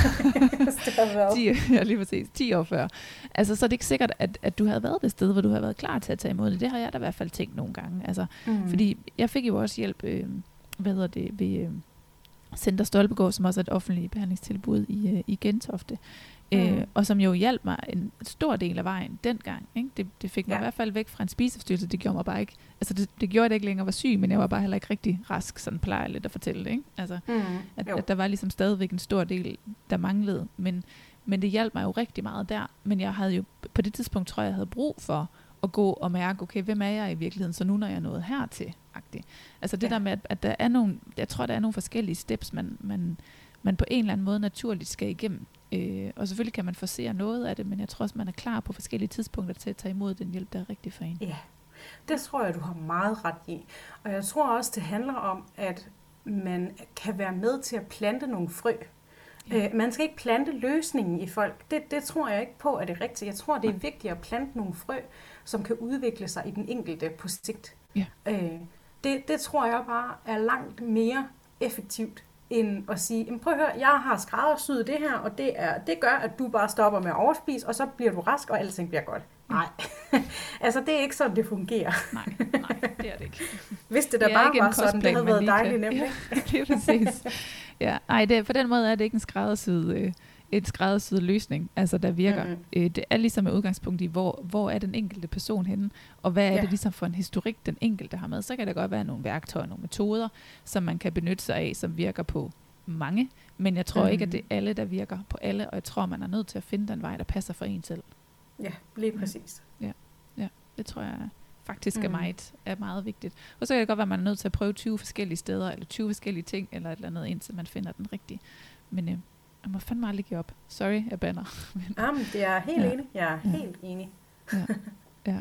over. ti, ja, lige præcis, ti år før. Altså, så er det ikke sikkert, at, at du havde været det sted, hvor du havde været klar til at tage imod det. Det har jeg da i hvert fald tænkt nogle gange. Altså, mm. Fordi jeg fik jo også hjælp, øh, hvad hedder det, ved øh, Center Stolpegård, som også er et offentligt behandlingstilbud i, øh, i Gentofte. Mm. Øh, og som jo hjalp mig en stor del af vejen dengang. Ikke? Det, det fik mig ja. I hvert fald væk fra en spiseforstyrrelse. Det gjorde mig bare ikke, altså det, det gjorde, at jeg ikke længere var syg, men jeg var bare heller ikke rigtig rask, sådan plejer jeg lidt at fortælle det. Ikke? Altså, mm. at, at der var ligesom stadigvæk en stor del, der manglede. Men, men det hjalp mig jo rigtig meget der. Men jeg havde jo på det tidspunkt, tror jeg, jeg havde brug for at gå og mærke, okay, hvem er jeg i virkeligheden, så nu når jeg er nået hertil. -agtigt. Altså det ja. Der med, at, at der er nogle, jeg tror, der er nogle forskellige steps, man, man, man på en eller anden måde naturligt skal igennem. Øh, og selvfølgelig kan man forsere noget af det, men jeg tror også, man er klar på forskellige tidspunkter til at tage imod den hjælp, der er rigtig for en. Ja, det tror jeg, du har meget ret i. Og jeg tror også, det handler om, at man kan være med til at plante nogle frø. Ja. Øh, man skal ikke plante løsningen i folk. Det, det tror jeg ikke på, at det er rigtigt. Jeg tror, det er vigtigt at plante nogle frø, som kan udvikle sig i den enkelte på sigt. Ja. Øh, det, det tror jeg bare er langt mere effektivt, end at sige, prøv at høre, jeg har skræddersyet det her, og det, er, det gør, at du bare stopper med at overspise, og så bliver du rask, og alting bliver godt. Nej, altså det er ikke sådan, det fungerer. Nej, nej, det er det ikke. Hvis det da det bare var sådan, det havde været dejligt nemt. Ja, det er præcis. Ja, nej, det, på den måde er det ikke en skræddersyet, øh, et skræddersyet løsning, altså der virker. Mm-hmm. Øh, det er ligesom med udgangspunkt i, hvor, hvor er den enkelte person henne, og hvad er ja. Det ligesom for en historik, den enkelte har med. Så kan der godt være nogle værktøjer, nogle metoder, som man kan benytte sig af, som virker på mange, men jeg tror mm-hmm. ikke, at det er alle, der virker på alle, og jeg tror, man er nødt til at finde den vej, der passer for en selv. Ja, lige præcis. Ja, ja, det tror jeg faktisk mm. er, meget, er meget vigtigt. Og så kan det godt være, at man er nødt til at prøve tyve forskellige steder, eller tyve forskellige ting, eller et eller andet, indtil man finder den rigtige. Men øh, jeg må fandme aldrig give op. Sorry, jeg banner. Jamen, det er helt ja. enig. Jeg er ja. helt enig. ja. ja.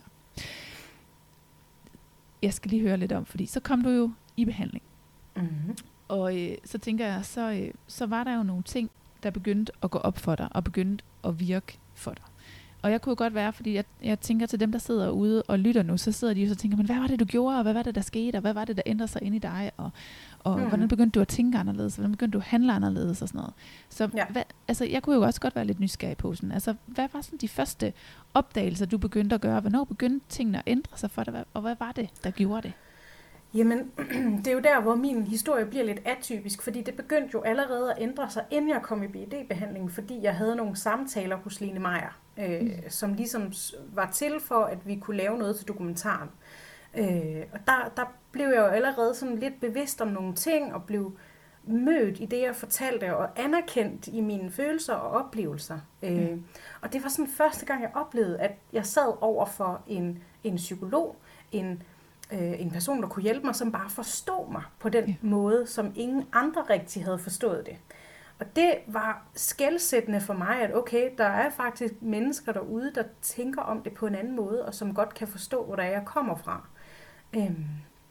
Jeg skal lige høre lidt om, fordi så kom du jo i behandling. Mm-hmm. Og øh, så tænker jeg, så, øh, så var der jo nogle ting, der begyndte at gå op for dig, og begyndte at virke for dig. Og jeg kunne godt være, fordi jeg, jeg tænker til dem, der sidder ude og lytter nu, så sidder de og så tænker, men hvad var det, du gjorde, og hvad var det, der skete, og hvad var det, der ændrede sig inde i dig, og, og mm. hvordan begyndte du at tænke anderledes, hvordan begyndte du at handle anderledes, og sådan noget. Så ja. hvad, altså, jeg kunne jo også godt være lidt nysgerrig på sådan, altså, hvad var sådan de første opdagelser, du begyndte at gøre, hvornår begyndte tingene at ændre sig for dig, og hvad var det, der gjorde det? Jamen, det er jo der, hvor min historie bliver lidt atypisk, fordi det begyndte jo allerede at ændre sig, inden jeg kom i B E D-behandling, fordi jeg havde nogle samtaler hos Lene Meyer, øh, mm. som ligesom var til for, at vi kunne lave noget til dokumentaren. Øh, og der, der blev jeg jo allerede sådan lidt bevidst om nogle ting, og blev mødt i det, jeg fortalte, og anerkendt i mine følelser og oplevelser. Mm. Øh, og det var sådan første gang, jeg oplevede, at jeg sad over for en, en psykolog, en øh, en person, der kunne hjælpe mig, som bare forstod mig på den Ja. måde, som ingen andre rigtig havde forstået det. Og det var skelsættende for mig, at okay, der er faktisk mennesker derude, der tænker om det på en anden måde, og som godt kan forstå, hvor der jeg kommer fra. Øhm,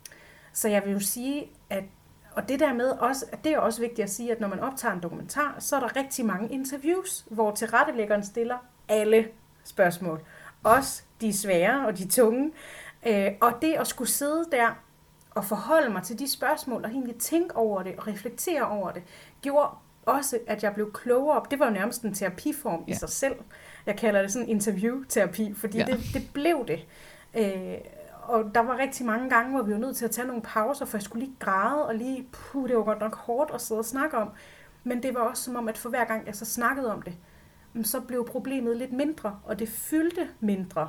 så jeg vil jo sige, at og det der med også, at det er også vigtigt at sige, at når man optager en dokumentar, så er der rigtig mange interviews, hvor tilrettelæggeren stiller alle spørgsmål. Også de svære og de tunge. Øh, og det at skulle sidde der og forholde mig til de spørgsmål, og egentlig tænke over det og reflektere over det, gjorde også, at jeg blev klogere. Det var jo nærmest en terapiform ja. i sig selv. Jeg kalder det sådan interviewterapi, fordi ja. det, det blev det. Øh, og der var rigtig mange gange, hvor vi var nødt til at tage nogle pauser, for jeg skulle lige græde, og lige, puh, det var godt nok hårdt at sidde og snakke om. Men det var også som om, at for hver gang jeg så snakkede om det, så blev problemet lidt mindre, og det fyldte mindre.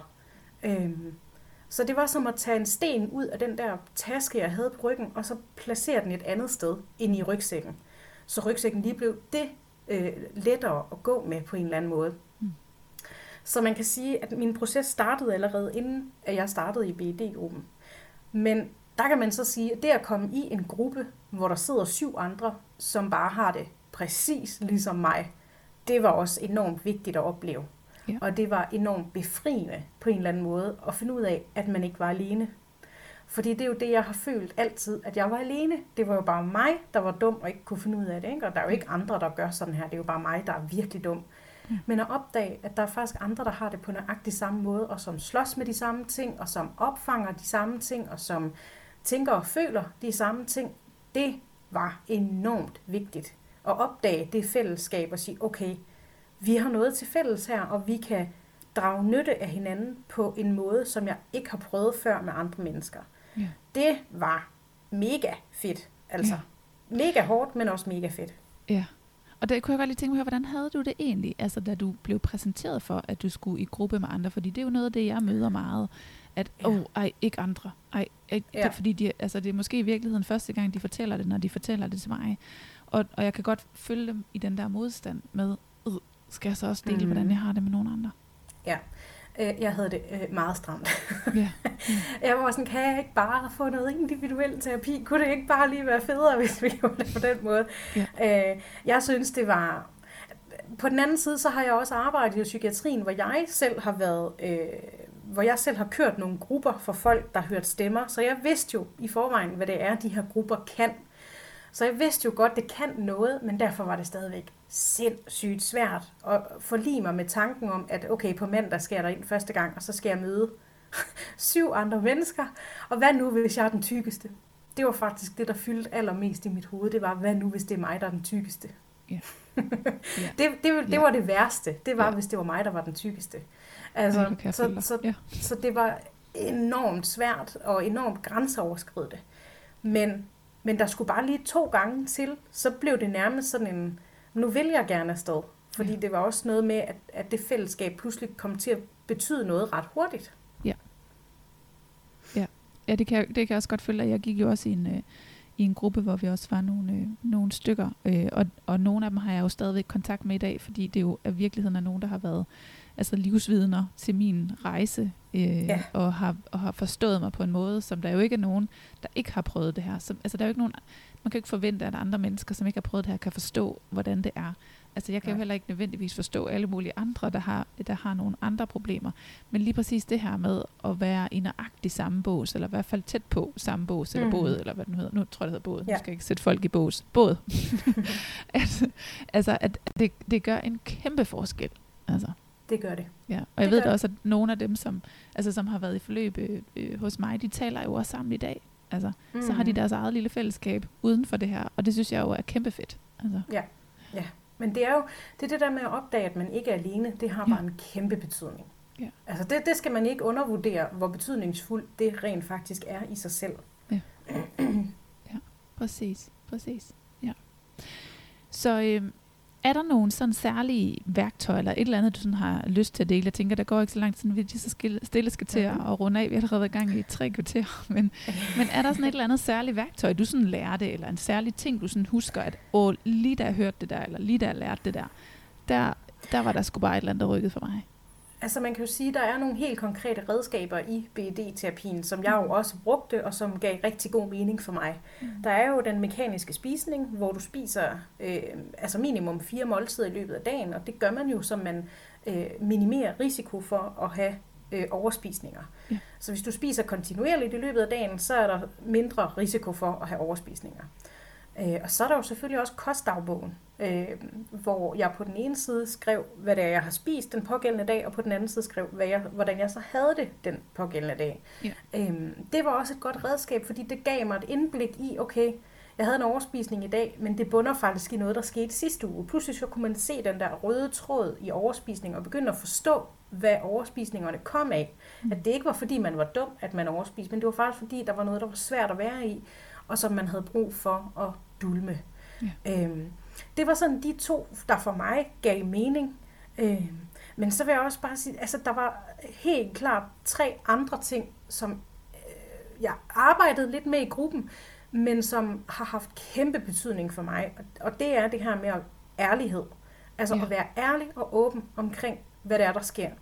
Øhm, så det var som at tage en sten ud af den der taske, jeg havde på ryggen, og så placere den et andet sted ind i rygsækken. Så rygsækken lige blev det øh, lettere at gå med på en eller anden måde. Mm. Så man kan sige, at min proces startede allerede inden, at jeg startede i B E D-gruppen. Men der kan man så sige, at det at komme i en gruppe, hvor der sidder syv andre, som bare har det præcis ligesom mig, det var også enormt vigtigt at opleve. Ja. Og det var enormt befriende på en eller anden måde at finde ud af, at man ikke var alene. Fordi det er jo det, jeg har følt altid, at jeg var alene. Det var jo bare mig, der var dum og ikke kunne finde ud af det. Ikke? Og der er jo ikke andre, der gør sådan her. Det er jo bare mig, der er virkelig dum. Ja. Men at opdage, at der er faktisk andre, der har det på nøjagtig samme måde, og som slås med de samme ting, og som opfanger de samme ting, og som tænker og føler de samme ting, det var enormt vigtigt. At opdage det fællesskab og sige, okay, vi har noget til fælles her, og vi kan drage nytte af hinanden på en måde, som jeg ikke har prøvet før med andre mennesker. Ja. Det var mega fedt. Altså, ja. Mega hårdt, men også mega fedt. Ja. Og der kunne jeg godt lige tænke mig, hvordan havde du det egentlig, altså da du blev præsenteret for, at du skulle i gruppe med andre? Fordi det er jo noget af det, jeg møder meget. At, åh, ja. oh, ej, ikke andre. Ej, ikke, ja. det, fordi de, altså, det er måske i virkeligheden første gang, de fortæller det, når de fortæller det til mig. Og, og jeg kan godt følge dem i den der modstand med, øh, skal jeg så også dele, mm. hvordan jeg har det med nogle andre? Ja, jeg havde det meget stramt. Ja. Mm. Jeg var sådan, kan jeg ikke bare få noget individuel terapi? Kunne det ikke bare lige være federe, hvis vi gjorde det på den måde? Ja. Jeg synes, det var... På den anden side, så har jeg også arbejdet i psykiatrien, hvor jeg selv har været... Øh, hvor jeg selv har kørt nogle grupper for folk, der hørte stemmer. Så jeg vidste jo i forvejen, hvad det er, de her grupper kan. Så jeg vidste jo godt, det kan noget, men derfor var det stadigvæk sindssygt svært at forlige mig med tanken om, at okay, på mandag skal jeg derind første gang, og så skal jeg møde syv andre mennesker. Og hvad nu, hvis jeg er den tykkeste? Det var faktisk det, der fyldte allermest i mit hoved. Det var, hvad nu, hvis det er mig, der er den tykkeste? Yeah. Yeah. det, det, det var det værste. Det var, yeah. hvis det var mig, der var den tykkeste. Altså, okay, så, så, yeah. så det var enormt svært og enormt grænseoverskridende. Men, men der skulle bare lige to gange til, så blev det nærmest sådan en, nu vil jeg gerne afsted. Fordi yeah. det var også noget med, at, at det fællesskab pludselig kom til at betyde noget ret hurtigt. Ja. Ja, ja det, kan jeg, det kan jeg også godt følge. Jeg gik jo også i en... Øh i en gruppe, hvor vi også var nogle, øh, nogle stykker, øh, og, og nogle af dem har jeg jo stadigvæk kontakt med i dag, fordi det jo af virkeligheden er nogen, der har været altså livsvidner til min rejse, øh, ja. og, har, og har forstået mig på en måde, som der jo ikke er nogen, der ikke har prøvet det her. Som, altså der er jo ikke nogen, man kan jo ikke forvente, at andre mennesker, som ikke har prøvet det her, kan forstå, hvordan det er. Altså jeg kan jo heller ikke nødvendigvis forstå alle mulige andre, der har, der har nogle andre problemer. Men lige præcis det her med at være i nøjagtig samme bås, eller i hvert fald tæt på samme bås, eller mm. båd, eller hvad den hedder. Nu tror jeg, det hedder båd. Ja. Nu skal jeg ikke sætte folk i bås. Båd. altså, altså at det, det gør en kæmpe forskel. Altså. Det gør det. Ja. Og jeg det ved også, at nogle af dem, som, altså, som har været i forløb øh, øh, hos mig, de taler jo også sammen i dag. Altså, mm. så har de deres eget lille fællesskab uden for det her. Og det synes jeg jo er kæmpe fedt. Altså. Ja, ja. Men det er jo det, er det der med at opdage, at man ikke er alene, det har ja. bare en kæmpe betydning. Ja. Altså det, det skal man ikke undervurdere, hvor betydningsfuldt det rent faktisk er i sig selv. Ja, ja. præcis. præcis. Ja. Så øh, er der nogle sådan særlige værktøjer, eller et eller andet, du sådan har lyst til at dele? Jeg tænker, der går ikke så langt, siden vi så stille skal til at runde af. Vi har allerede været i gang i tre kvarter. Men, men er der sådan et eller andet særligt værktøj, du sådan lærte, eller en særlig ting, du sådan husker, at åh, lige da jeg hørte det der, eller lige da jeg lærte det der, der, der var der sgu bare et eller andet, der rykkede for mig? Altså man kan jo sige, at der er nogle helt konkrete redskaber i B E D-terapien, som jeg jo også brugte, og som gav rigtig god mening for mig. Mm. Der er jo den mekaniske spisning, hvor du spiser øh, altså minimum fire måltider i løbet af dagen, og det gør man jo, så man øh, minimerer risiko for at have øh, overspisninger. Ja. Så hvis du spiser kontinuerligt i løbet af dagen, så er der mindre risiko for at have overspisninger. Øh, og så er der jo selvfølgelig også kostdagbogen, øh, hvor jeg på den ene side skrev, hvad det er, jeg har spist den pågældende dag, og på den anden side skrev, hvad jeg, hvordan jeg så havde det den pågældende dag. Ja. Øh, det var også et godt redskab, fordi det gav mig et indblik i, okay, jeg havde en overspisning i dag, men det bunder faktisk i noget, der skete sidste uge. Pludselig så kunne man se den der røde tråd i overspisning, og begynde at forstå, hvad overspisningerne kom af. Mm. At det ikke var, fordi man var dum, at man overspiste, men det var faktisk, fordi der var noget, der var svært at være i, og som man havde brug for at dulme. Ja. Øhm, det var sådan de to, der for mig gav mening. Øhm, men så vil jeg også bare sige, altså der var helt klart tre andre ting, som øh, jeg arbejdede lidt med i gruppen, men som har haft kæmpe betydning for mig. Og det er det her med ærlighed. Altså ja. At være ærlig og åben omkring, hvad det er, der sker.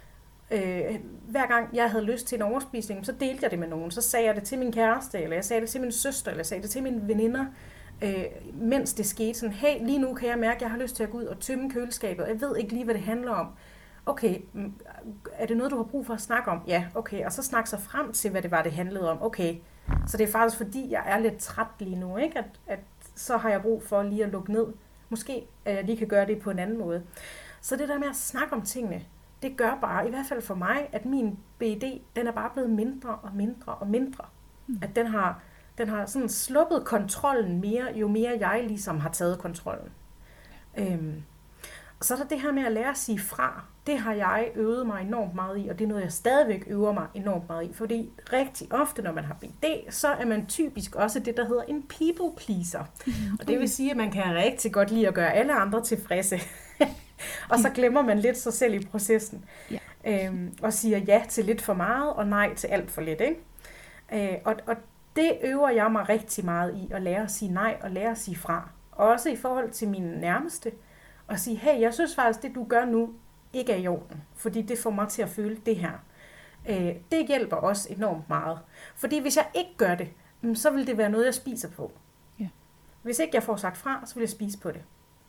Øh, hver gang jeg havde lyst til en overspisning, så delte jeg det med nogen. Så sagde jeg det til min kæreste, eller jeg sagde det til min søster, eller jeg sagde det til mine veninder, øh, mens det skete. Sådan, hey, lige nu kan jeg mærke, at jeg har lyst til at gå ud og tømme køleskabet. Jeg ved ikke lige, hvad det handler om. Okay, er det noget, du har brug for at snakke om? Ja, okay. Og så snakke sig frem til, hvad det var, det handlede om. Okay, så det er faktisk fordi, jeg er lidt træt lige nu, ikke? At, at så har jeg brug for lige at lukke ned. Måske at jeg lige kan gøre det på en anden måde. Så det der med at snakke om tingene, det gør bare, i hvert fald for mig, at min B E D, den er bare blevet mindre og mindre og mindre. Mm. At den har, den har sådan sluppet kontrollen mere, jo mere jeg ligesom har taget kontrollen. Øhm, og så er der det her med at lære at sige fra. Det har jeg øvet mig enormt meget i, og det er noget, jeg stadigvæk øver mig enormt meget i. Fordi rigtig ofte, når man har B E D, så er man typisk også det, der hedder en people pleaser. Mm. Og det vil sige, at man kan rigtig godt lide at gøre alle andre tilfredse. Og så glemmer man lidt sig selv i processen. Ja. Øhm, og siger ja til lidt for meget, og nej til alt for lidt. Ikke? Øh, og, og det øver jeg mig rigtig meget i, at lære at sige nej, og lære at sige fra. Også i forhold til mine nærmeste. Og sige, hey, jeg synes faktisk, det du gør nu, ikke er i orden. Fordi det får mig til at føle det her. Øh, det hjælper også enormt meget. Fordi hvis jeg ikke gør det, så vil det være noget, jeg spiser på. Ja. Hvis ikke jeg får sagt fra, så vil jeg spise på det.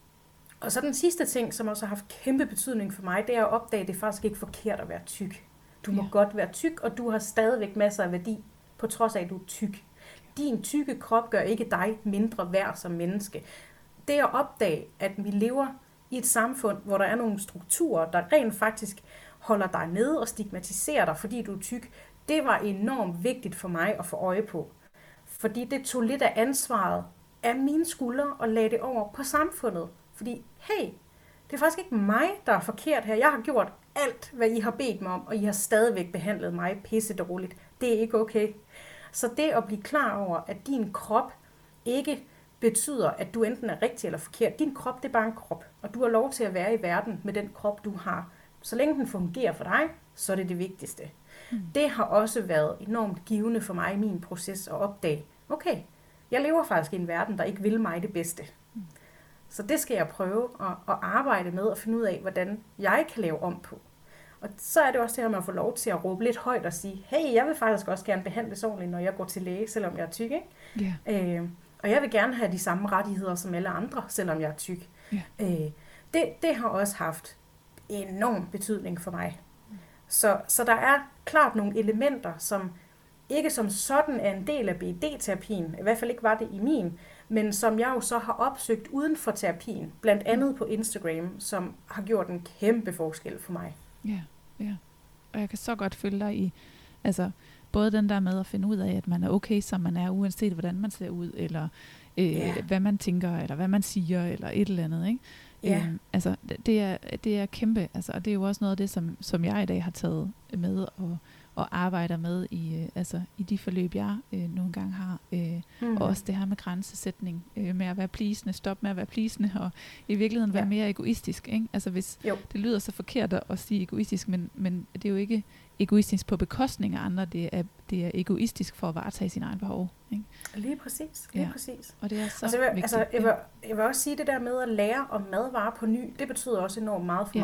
Og så den sidste ting, som også har haft kæmpe betydning for mig, det er at opdage, at det er faktisk ikke forkert at være tyk. Du må ja. godt være tyk, og du har stadigvæk masser af værdi, på trods af, at du er tyk. Din tykke krop gør ikke dig mindre værd som menneske. Det at opdage, at vi lever i et samfund, hvor der er nogle strukturer, der rent faktisk holder dig nede og stigmatiserer dig, fordi du er tyk, det var enormt vigtigt for mig at få øje på. Fordi det tog lidt af ansvaret af mine skuldre og lagde det over på samfundet. Fordi, hey, det er faktisk ikke mig, der er forkert her. Jeg har gjort alt, hvad I har bedt mig om, og I har stadigvæk behandlet mig pisse dårligt. Det er ikke okay. Så det at blive klar over, at din krop ikke betyder, at du enten er rigtig eller forkert. Din krop, det er bare en krop, og du har lov til at være i verden med den krop, du har. Så længe den fungerer for dig, så er det det vigtigste. Mm. Det har også været enormt givende for mig i min proces at opdage, okay, jeg lever faktisk i en verden, der ikke vil mig det bedste. Mm. Så det skal jeg prøve at, at arbejde med og finde ud af, hvordan jeg kan lave om på. Og så er det også det her med at få lov til at råbe lidt højt og sige, hey, jeg vil faktisk også gerne behandles ordentligt, når jeg går til læge, selvom jeg er tyk, ikke? Yeah. Øh, og jeg vil gerne have de samme rettigheder som alle andre, selvom jeg er tyk. Yeah. Øh, det, det har også haft enorm betydning for mig. Mm. Så, så der er klart nogle elementer, som ikke som sådan er en del af B E D-terapien, i hvert fald ikke var det i min, men som jeg jo så har opsøgt uden for terapien, blandt andet på Instagram, som har gjort en kæmpe forskel for mig. Ja, ja. Og jeg kan så godt følge dig i, altså både den der med at finde ud af, at man er okay, som man er, uanset hvordan man ser ud, eller øh, yeah. hvad man tænker, eller hvad man siger, eller et eller andet, ikke? Yeah. Øhm, altså, det er, det er kæmpe, altså, og det er jo også noget af det, som, som jeg i dag har taget med og, og arbejder med i, øh, altså, i de forløb, jeg øh, nogle gange har. Øh, mm. Og også det her med grænsesætning, øh, med at være pleasende, stop med at være pleasende, og i virkeligheden være ja. mere egoistisk. Ikke? Altså hvis jo. det lyder så forkert at sige egoistisk, men, men det er jo ikke egoistisk på bekostning af andre, det er, det er egoistisk for at varetage sine egne behov. Ikke? Lige præcis, lige ja. præcis. Og det er så altså, jeg, vil, vigtigt. Altså, jeg, vil, jeg vil også sige det der med at lære om madvarer på ny, det betyder også enormt meget for ja. mig.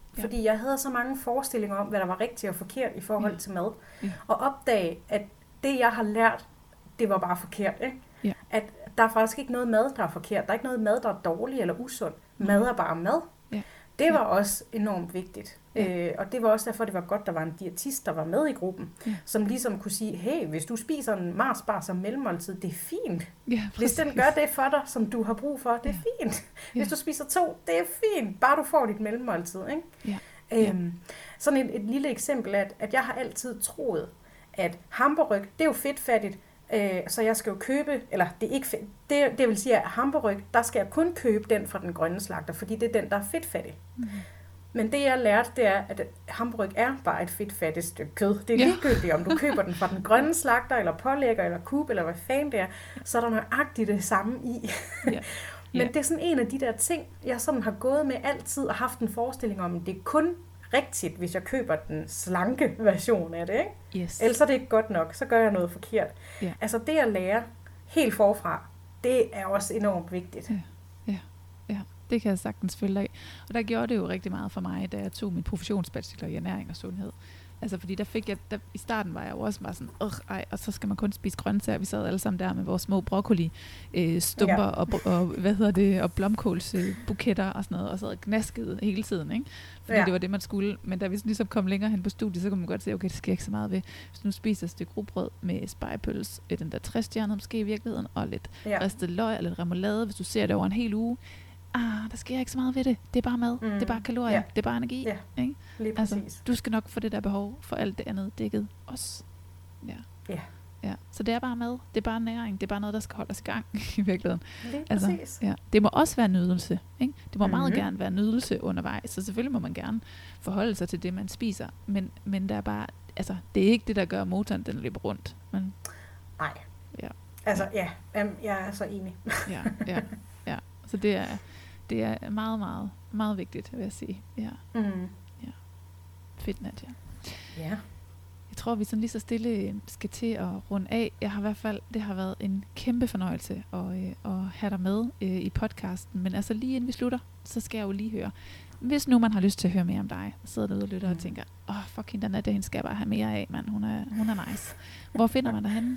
Ja. Fordi jeg havde så mange forestillinger om, hvad der var rigtigt og forkert i forhold ja. til mad. Ja. Og opdage, at det, jeg har lært, det var bare forkert. Ikke? Ja. At der er faktisk ikke noget mad, der er forkert. Der er ikke noget mad, der er dårlig eller usund. Mm. Mad er bare mad. Ja. Det var ja. også enormt vigtigt. Ja. Øh, og det var også derfor, det var godt, der var en diætist, der var med i gruppen, ja. som ligesom kunne sige, hey, hvis du spiser en Mars-bar som mellemmåltid, det er fint. Ja, hvis den gør det for dig, som du har brug for, det er ja. fint. Hvis ja. du spiser to, det er fint. Bare du får dit mellemmåltid. Ikke? Ja. Øhm, ja. Sådan et, et lille eksempel, at, at jeg har altid troet, at hamburgerryg, det er jo fedtfattigt, øh, så jeg skal jo købe, eller det er ikke fedt, det, det vil sige, at hamburgerryg, der skal jeg kun købe den fra den grønne slagter, fordi det er den, der er fedtfattig. Mm. Men det, jeg lærte, det er, at hamburg er bare et fedtfattigt stykke kød. Det er ja. ligegyldigt, om du køber den fra den grønne slagter, eller pålægger, eller kub, eller hvad fanden det er, så er der nøjagtigt det samme i. Ja. Men ja. det er sådan en af de der ting, jeg sådan har gået med altid, og haft en forestilling om, at det er kun rigtigt, hvis jeg køber den slanke version af det. Ikke? Yes. Ellers er det ikke godt nok, så gør jeg noget forkert. Ja. Altså det at lære helt forfra, det er også enormt vigtigt. Ja. Ja. Ja. Det kan jeg sagtens følge af. Og der gjorde det jo rigtig meget for mig, da jeg tog min professionsbachelor i ernæring og sundhed. Altså fordi der fik jeg, der, i starten var jeg jo også bare sådan, åh ej, og så skal man kun spise grøntsager. Vi sad alle sammen der med vores små broccoli øh, stumper ja. og, og, hvad hedder det, og blomkålsbuketter og sådan noget, og sad gnaskede hele tiden, ikke? Fordi ja. det var det, man skulle. Men da vi ligesom kom længere hen på studiet, så kunne man godt se, okay, det sker ikke så meget ved. Hvis nu spiser et stykke rugbrød med spegepøls, den der tres stjerner måske i virkeligheden, og lidt ja. ristet løg eller lidt remoulade, hvis du ser det over en hel uge, ah, der sker ikke så meget ved det. Det er bare mad. Mm. Det er bare kalorier. Ja. Det er bare energi. Ja. Ikke? Lige præcis. Altså, du skal nok få det der behov for alt det andet dækket også. Ja. Ja. Ja. Så det er bare mad. Det er bare næring. Det er bare noget, der skal holde os i gang i virkeligheden. Lige altså, præcis. Ja. Det må også være nydelse. Ikke? Det må mm-hmm. meget gerne være nydelse undervejs. Så selvfølgelig må man gerne forholde sig til det, man spiser. Men, men der er bare, altså, det er ikke det, der gør motoren, den løber rundt. Men, nej. Ja. Altså, ja. ja. Jeg er så enig. ja, ja, ja. Så det er... Det er meget, meget, meget vigtigt, vil jeg sige. Ja. Mm. Ja. Fedt, Nadia. Ja. Jeg tror, vi sådan lige så stille skal til at runde af. Jeg har i hvert fald, det har været en kæmpe fornøjelse at, øh, at have dig med øh, i podcasten. Men altså lige inden vi slutter, så skal jeg jo lige høre. Hvis nu man har lyst til at høre mere om dig, sidder derude og lytter mm. og tænker, åh, oh, fuck hende, den er det, hende skal jeg bare have mere af, mand. Hun er, hun er nice. Hvor finder man dig henne?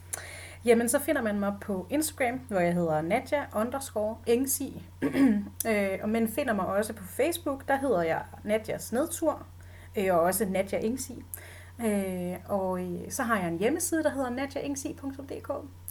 Jamen, så finder man mig på Instagram, hvor jeg hedder Nadia underscore Engsi. øh, men finder mig også på Facebook, der hedder jeg Nadias Nedtur, øh, og også Nadia Engsi. Øh, og så har jeg en hjemmeside, der hedder nadia engsi punktum d k.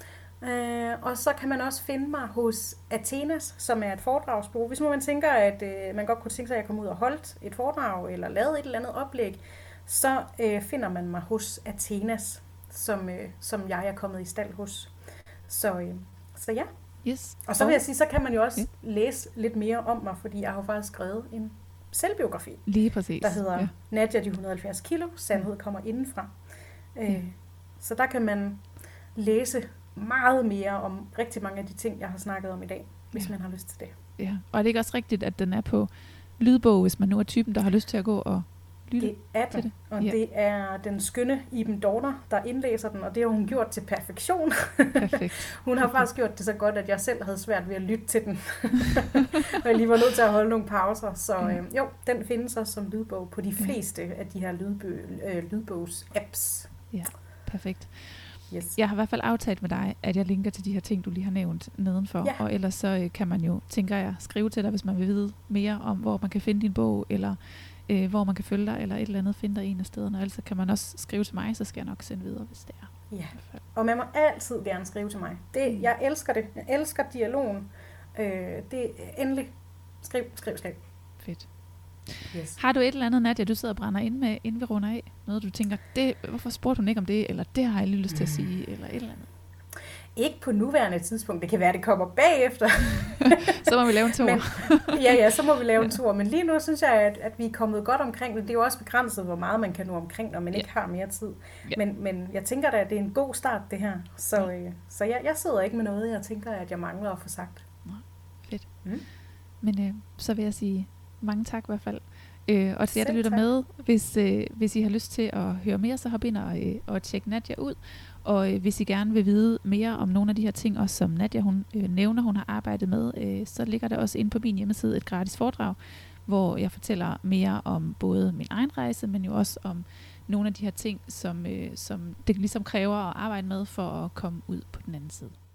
Øh, og så kan man også finde mig hos Athenas, som er et foredragsbureau. Hvis man tænker, at øh, man godt kunne tænke sig, at jeg kom ud og holdt et foredrag, eller lavet et eller andet oplæg, så øh, finder man mig hos Athenas, som, øh, som jeg er kommet i stald hos. Så, øh, så ja. Yes. Og så vil jeg sige, så kan man jo også yeah. læse lidt mere om mig, fordi jeg har jo faktisk skrevet en selvbiografi. Lige præcis. Der hedder ja. Nadia de et hundrede og halvfjerds kilo, sandhed kommer indenfra. Øh, ja. Så der kan man læse meget mere om rigtig mange af de ting, jeg har snakket om i dag, hvis ja. man har lyst til det. Ja. Og er det ikke også rigtigt, at den er på lydbog, hvis man nu er typen, der har lyst til at gå og lytte det er den, til det? Og ja. det er den skønne Iben Dorner, der indlæser den, og det har hun gjort til perfektion. Perfekt. Hun har faktisk gjort det så godt, at jeg selv havde svært ved at lytte til den. Og jeg lige var nødt til at holde nogle pauser. Så ja. øh, jo, den findes også som lydbog på de fleste ja. af de her lydbø- øh, lydbogs-apps. Ja, perfekt. Yes. Jeg har i hvert fald aftalt med dig, at jeg linker til de her ting, du lige har nævnt nedenfor. Ja. Og ellers så øh, kan man jo, tænker jeg, skrive til dig, hvis man vil vide mere om, hvor man kan finde din bog, eller øh, hvor man kan følge dig, eller et eller andet, finde dig en af stederne. Og ellers kan man også skrive til mig, så skal jeg nok sende videre, hvis det er. Ja, og man må altid gerne skrive til mig. Det, jeg elsker det. Jeg elsker dialogen. Øh, det er endelig. Skriv, skriv, skriv. Fedt. Yes. Har du et eller andet, Nadia, du sidder og brænder ind med, inden vi runder af? Noget, du tænker, det, hvorfor spurgte hun ikke om det? Eller det har jeg lige lyst til at sige? Eller et eller andet? Ikke på nuværende tidspunkt. Det kan være, det kommer bagefter. Så må vi lave en tur. Men, ja, ja, så må vi lave en tur. Men lige nu synes jeg, at, at vi er kommet godt omkring det. Det er jo også begrænset, hvor meget man kan nå omkring, når man ja. ikke har mere tid. Ja. Men, men jeg tænker da, at det er en god start, det her. Så, ja. øh, så jeg, jeg sidder ikke med noget, jeg tænker, at jeg mangler at få sagt. Nå, fedt. Mm. Men øh, så vil jeg sige mange tak i hvert fald. Øh, og til jer, der lytter med, hvis, øh, hvis I har lyst til at høre mere, så hop ind og, øh, og tjek Nadia ud. Og øh, hvis I gerne vil vide mere om nogle af de her ting, også som Nadia hun øh, nævner, hun har arbejdet med, øh, så ligger der også inde på min hjemmeside et gratis foredrag, hvor jeg fortæller mere om både min egen rejse, men jo også om nogle af de her ting, som, øh, som det ligesom kræver at arbejde med for at komme ud på den anden side.